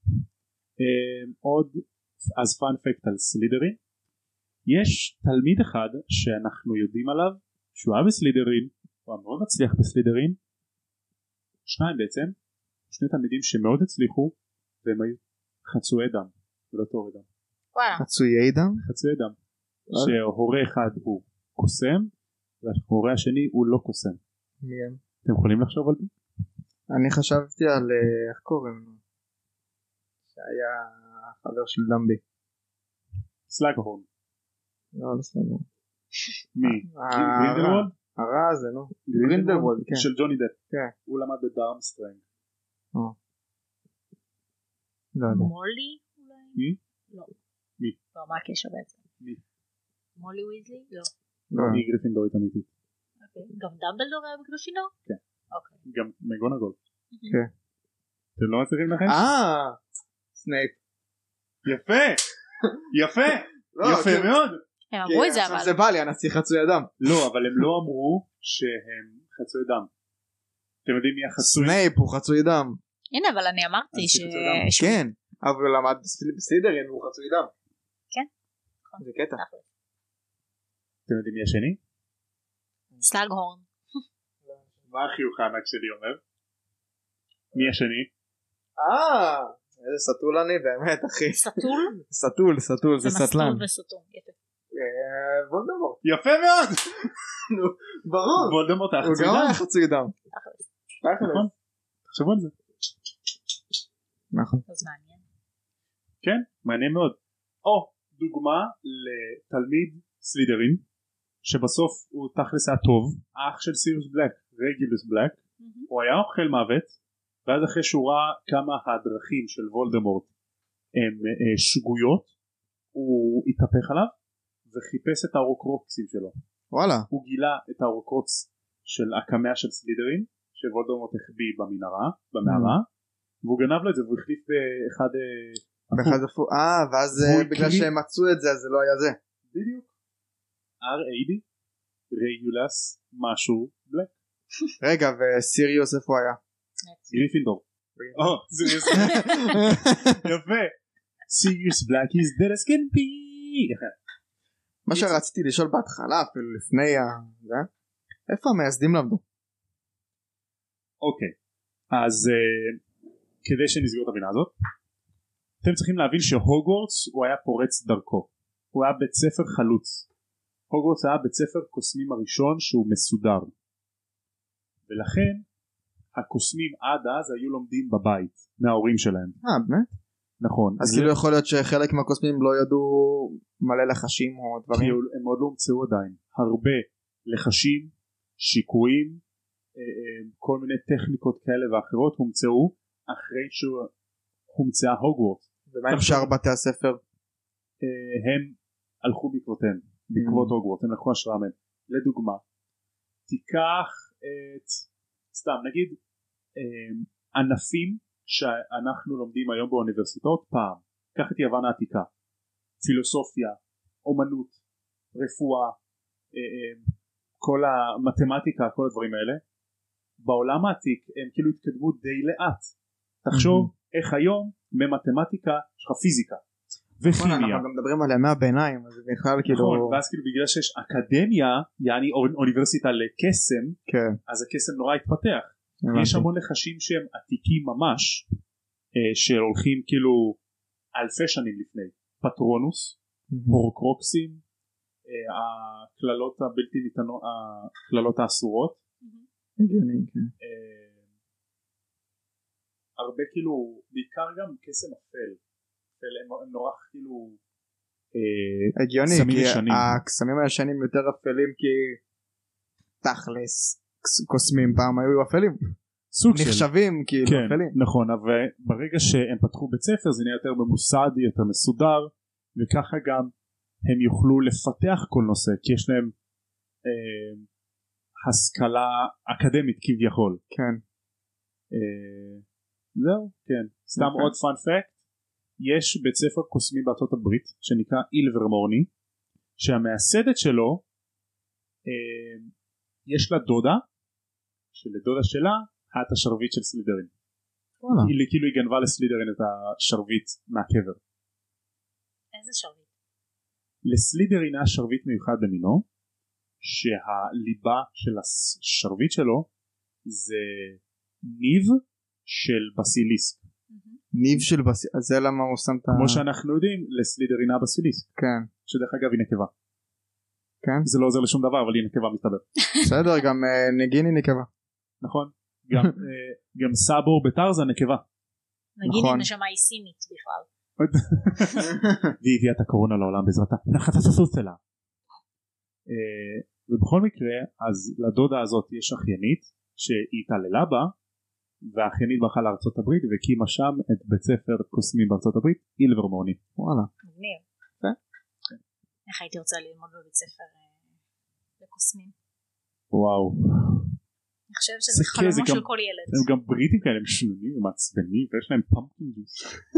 עוד אז פאנפקט על סלית'רין, יש תלמיד אחד שאנחנו יודעים עליו שהוא היה בסלית'רין, הוא היה מאוד מצליח בסלית'רין, שניים בעצם, שני תלמידים שמאוד הצליחו והם היו חצויי דם ולא תורי דם. חצויי דם? חצויי דם, שהורה אחד הוא קוסם וההורה השני הוא לא קוסם. אתם יכולים לחשוב על זה? אני חשבתי על איך קוראים לו שהיה חבר של דמבי. סלאגהורן. לא סלאגהורן. מי? גרינדלוולד? הרע הזה נו. גרינדלוולד כן. של ג'וני דפ. כן. הוא למד בדארמסטרנג. לא יודע. מולי? מי? לא. מי? לא, מה הקשר בעצם? מי? מולי ויזלי? לא. היא גריפינדורית אמיתית. גם דמבלדור היה בגריפינדור? כן. אוקיי. גם מגונגול. כן. אתם לא מצליחים לכם? סנייפ. יפה! יפה! יפה מאוד! הם אמרו את זה אבל. זה בא לי הנסיך חצוי אדם. לא, אבל הם לא אמרו שהם חצוי דם. אתם יודעים מי החצוי? סנייפ הוא חצוי דם. הנה אבל אני אמרתי כן, אבל הוא למד בסלית'רין והוא חצוי דם. כן. זה קטע. אתם יודעים מי השני? סלאגהורן. מה החיוך הענק שלי אומר? מי השני? איזה סטול אני באמת אחי. סטול? סטול זה סטלן. זה מסטול וסטום, יפה. וולדמורט. יפה מאוד! ברור. וולדמורט היה הוא חצוי גם דם. היה חצוי דם. נכון. תחשבו על זה. נכון. אז מעניין. כן, מעניין מאוד. או דוגמה לתלמיד סלית'רין שבסוף הוא תכלס היה טוב, האח של סיריוס בלק, רגילוס בלק, הוא היה אוכל מוות, ואז אחרי שהוא ראה כמה הדרכים של וולדמורט הם שגויות, הוא התהפך עליו וחיפש את האורוקרוקסים שלו. וואלה. הוא גילה את האורוקרוקס של הקמע של סלית'רין שוולדמורט החביא במערה, והוא גנב לו את זה והוא החליף באחד הפוך. ואז בגלל שהם מצאו את זה אז זה לא היה זה. בדיוק. R.A.D. רגולס משהו בלק. רגע, וסיריוס איפה היה? גריפינדור. סיריוס יפה. סיריוס בלק is dead as can be. מה שרציתי לשאול בהתחלה אפילו לפני איפה המייסדים למדו? אוקיי, אז כדי שנסגור את הבינה הזאת אתם צריכים להבין שהוגוורטס הוא היה פורץ דרכו, הוא היה בית ספר חלוץ. הוגוורטס היה בית ספר קוסמים הראשון שהוא מסודר, ולכן הקוסמים עד אז היו לומדים בבית מההורים שלהם. באמת? נכון. אז כאילו יכול להיות שחלק מהקוסמים לא ידעו מלא לחשים או דברים? כי הם עוד לא הומצאו עדיין. הרבה לחשים, שיקויים, כל מיני טכניקות כאלה ואחרות הומצאו אחרי שהומצאה הוגוורטס. ומה עם שאר בתי הספר? הם הלכו בעקבותיהם, בעקבות הוגוורטס, הם לקחו השראה מהם. לדוגמה, תיקח את, סתם נגיד, ענפים שאנחנו לומדים היום באוניברסיטאות פעם, קח את יוון העתיקה, פילוסופיה, אומנות, רפואה, כל המתמטיקה, כל הדברים האלה, בעולם העתיק הם כאילו התקדמו די לאט. תחשוב איך היום ממתמטיקה יש לך פיזיקה וכימיה. אנחנו גם מדברים על ימי הביניים, אז בכלל כאילו... נכון, ואז כאילו בגלל שיש אקדמיה, יעני אוניברסיטה לקסם, אז הקסם נורא התפתח. יש המון לחשים שהם עתיקים ממש, שהולכים כאילו אלפי שנים לפני. פטרונוס, הורוקרוקסים, הכללות הבלתי ניתנות, הכללות האסורות. הרבה כאילו, בעיקר גם קסם אפל. הם נורא כאילו הגיוני, כי הקסמים הישנים יותר אפלים, כי תכלס קוסמים פעם היו אפלים, נחשבים כאילו אפלים. נכון, אבל ברגע שהם פתחו בית ספר זה נהיה יותר ממוסד, יותר מסודר, וככה גם הם יוכלו לפתח כל נושא, כי יש להם השכלה אקדמית כביכול. כן. זהו, כן. סתם עוד פאנ פקט, יש בית ספר קוסמי בארצות הברית שנקרא אילברמורני, שהמייסדת שלו יש לה דודה, שלדודה שלה הייתה השרביט של סלידרין. כאילו היא גנבה לסלידרין את השרביט מהקבר. איזה שרביט? לסלידרין היה שרביט מיוחד במינו, שהליבה של השרביט שלו זה ניב של בסיליסק. ניב של בסיליסק, אז זה למה הוא שם את ה... כמו שאנחנו יודעים, לסלידרין היה בסיליסק. כן. שדרך אגב היא נקבה. כן? זה לא עוזר לשום דבר, אבל היא נקבה מסתבר. בסדר, גם נגיני נקבה. נכון. גם סאבור בטרזן נקבה. נגיני נשמה היא סינית בכלל. והיא הביאה את הקורונה לעולם בעזרתה. נחתססות שלה. ובכל מקרה, אז לדודה הזאת יש אחיינית שהיא התעללה בה, והאחיינית ברחה לארצות הברית והקימה שם את בית ספר קוסמי בארצות הברית, אילברמורני. וואלה. מגניב. איך הייתי רוצה ללמוד בבית ספר לקוסמים? וואו. אני חושבת שזה חלומו של כל ילד. הם גם בריטים כאלה, הם שנונים ומעצבנים ויש להם פמפקין ג'וס.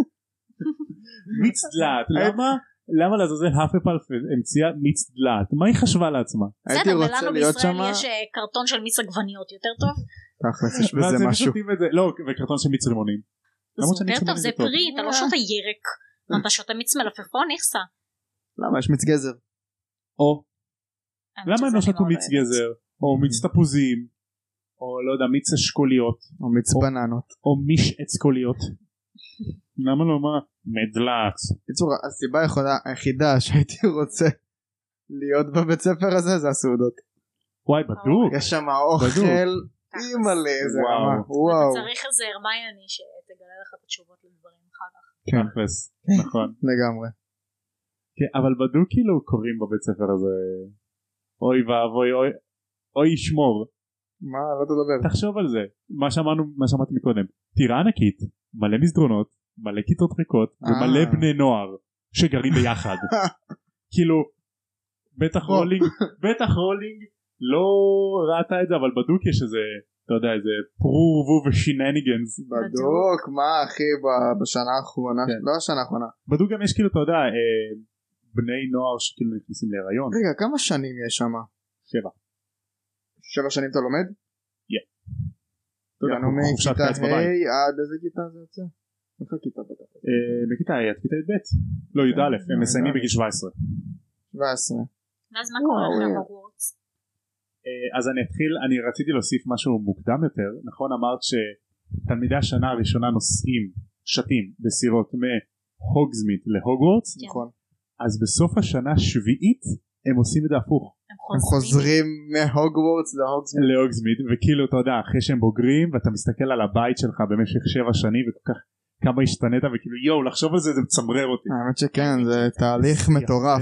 מיץ דלעת, למה לעזאזל האפפלף המציאה מיץ דלעת? מה היא חשבה לעצמה? הייתי רוצה להיות שם. ולנו בישראל יש קרטון של מיץ עגבניות יותר טוב? תכלס, יש בזה משהו. לא, וקרטון של מיץ רימונים. זה יותר טוב, זה פרי, אתה לא שותה ירק, אתה שותה מיץ מלפפון, נכסה. למה? יש מיץ גזר. או למה הם לא שתו מיץ גזר? או מיץ תפוזים, או לא יודע, מיץ אשכוליות, או מיץ בננות, או מיש אצכוליות. למה לא? מה? מדלץ. בצורה, הסיבה היחידה שהייתי רוצה להיות בבית ספר הזה זה הסעודות. וואי, בדוק. יש שם אוכל אימא'לה, זה רמה. אתה צריך איזה הרמיוני שתגלה לך את התשובות לדברים אחר כך. כן, נכון. לגמרי. אבל בדוק כאילו קוראים בבית ספר הזה אוי ואבוי, אוי ישמור. מה? לא תדבר. תחשוב על זה, מה שאמרתי מקודם, טירה ענקית, מלא מסדרונות, מלא כיתות ריקות ומלא בני נוער שגרים ביחד. כאילו בטח רולינג לא ראתה את זה, אבל בדוק יש איזה, אתה יודע, איזה פרו ושינניגנס. בדוק, מה אחי בשנה האחרונה, לא השנה האחרונה. בדוק גם יש כאילו, אתה יודע, בני נוער שכאילו נכנסים להיריון. רגע, כמה שנים יש שם? 7. 7 שנים אתה לומד? יענו מכיתה ה' עד איזה כיתה זה יוצא? איפה כיתה בטח? בכיתה ה' עד כיתה י"ב. לא י"א, הם מסיימים בגיל 17. 17. ואז מה קורה אחרי הוגוורטס? אז אני אתחיל, אני רציתי להוסיף משהו מוקדם יותר. נכון, אמרת שתלמידי השנה הראשונה שתים בסירות מהוגזמיד להוגוורטס. נכון. אז בסוף השנה השביעית הם עושים את זה הפוך. הם חוזרים מהוגוורטס להוגזמיד, וכאילו אתה יודע, אחרי שהם בוגרים ואתה מסתכל על הבית שלך במשך 7 שנים וכל כך כמה השתנית, וכאילו יואו, לחשוב על זה, זה מצמרר אותי. האמת שכן, זה תהליך מטורף.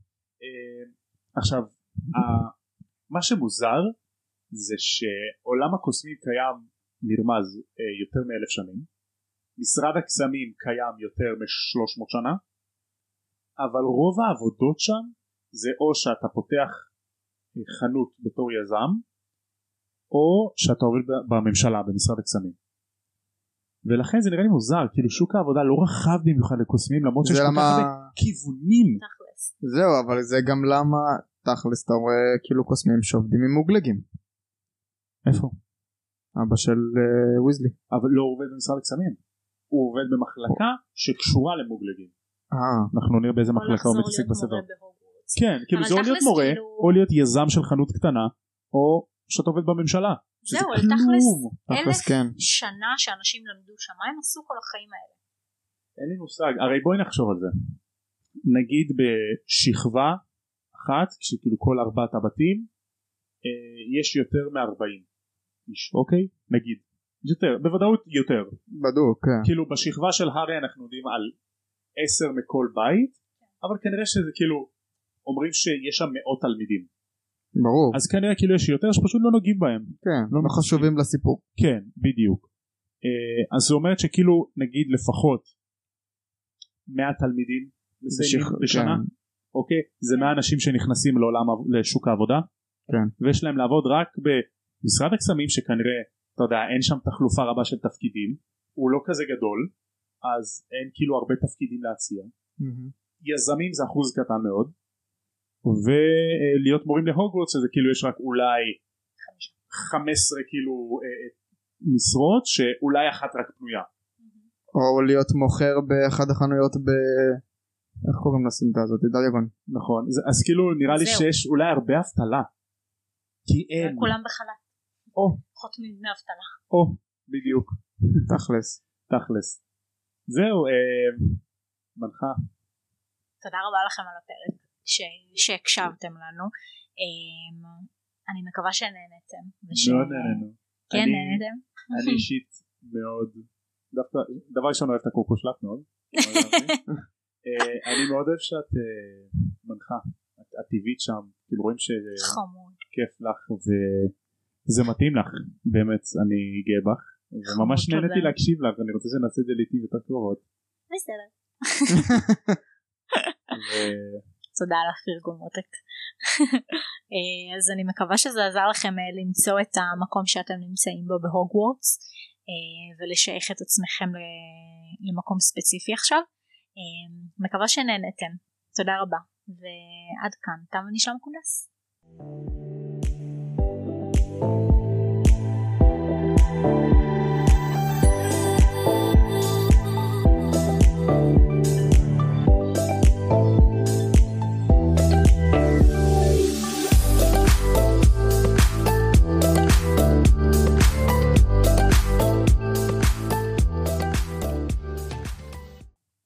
עכשיו, מה שמוזר זה שעולם הקוסמים קיים נרמז יותר מ1,000 שנים, משרד הקסמים קיים יותר מ300 שנה, אבל רוב העבודות שם זה או שאתה פותח חנות בתור יזם, או שאתה עובד בממשלה במשרד הקסמים. ולכן זה נראה לי מוזר, כאילו שוק העבודה לא רחב במיוחד לקוסמים, למרות שיש כל כך הרבה כיוונים. זהו, אבל זה גם למה תכלס אתה רואה כאילו קוסמים שעובדים עם מוגלגים. איפה? אבא של ויזלי. אבל לא עובד במשרד הקסמים, הוא עובד במחלקה שקשורה למוגלגים. אנחנו נראה באיזה מחלקה הוא מתעסק בסדר. כן, כאילו זה או להיות מורה, או להיות יזם של חנות קטנה, או שאתה עובד בממשלה. זהו, על תכלס 1,000 שנה שאנשים למדו שם, מה הם עשו כל החיים האלה? אין לי מושג, הרי בואי נחשוב על זה. נגיד בשכבה אחת, כשכאילו כל 4 הבתים, יש יותר מ40 איש, אוקיי? נגיד. יותר, בוודאות יותר. בדוק, כן. כאילו בשכבה של הרי אנחנו יודעים על 10 מכל בית, אבל כנראה שזה כאילו, אומרים שיש שם 100 תלמידים. ברור. אז כנראה כאילו יש יותר שפשוט לא נוגעים בהם. כן, לא חשובים לסיפור. כן, בדיוק. אז זה אומרת שכאילו נגיד לפחות 100 תלמידים בשנה, אוקיי? זה 100 אנשים שנכנסים לשוק העבודה, כן. ויש להם לעבוד רק במשרד הקסמים שכנראה, אתה יודע, אין שם תחלופה רבה של תפקידים, הוא לא כזה גדול, אז אין כאילו הרבה תפקידים להציע. יזמים זה אחוז קטן מאוד, ולהיות מורים להוגוורטס שזה כאילו יש רק אולי 15 כאילו משרות שאולי אחת רק פנויה. או להיות מוכר באחד החנויות איך קוראים לסמטה הזאת? דייגון. נכון, אז כאילו נראה לי שיש אולי הרבה אבטלה, כי אין כולם בחל"ת חותמים דמי אבטלה בדיוק. תכלס זהו. מנחה, תודה רבה לכם על הפרק שהקשבתם לנו. אני מקווה שנהנתם. מאוד נהנינו. כן, נהנתם? אני אישית מאוד, דווקא דבר ראשון אוהב את הקוקו שלך מאוד. אני מאוד אוהב שאת מנחה, את טבעית שם, כאילו רואים שכיף לך וזה מתאים לך, באמת אני גאה בך וממש נהניתי להקשיב לך, אני רוצה שנעשה את זה לעתים יותר קרובות. בסדר. תודה על הפרגון מותק. אז אני מקווה שזה עזר לכם למצוא את המקום שאתם נמצאים בו בהוגוורטס ולשייך את עצמכם למקום ספציפי עכשיו. מקווה שנהנתם. תודה רבה ועד כאן תם ונשלם קונדס.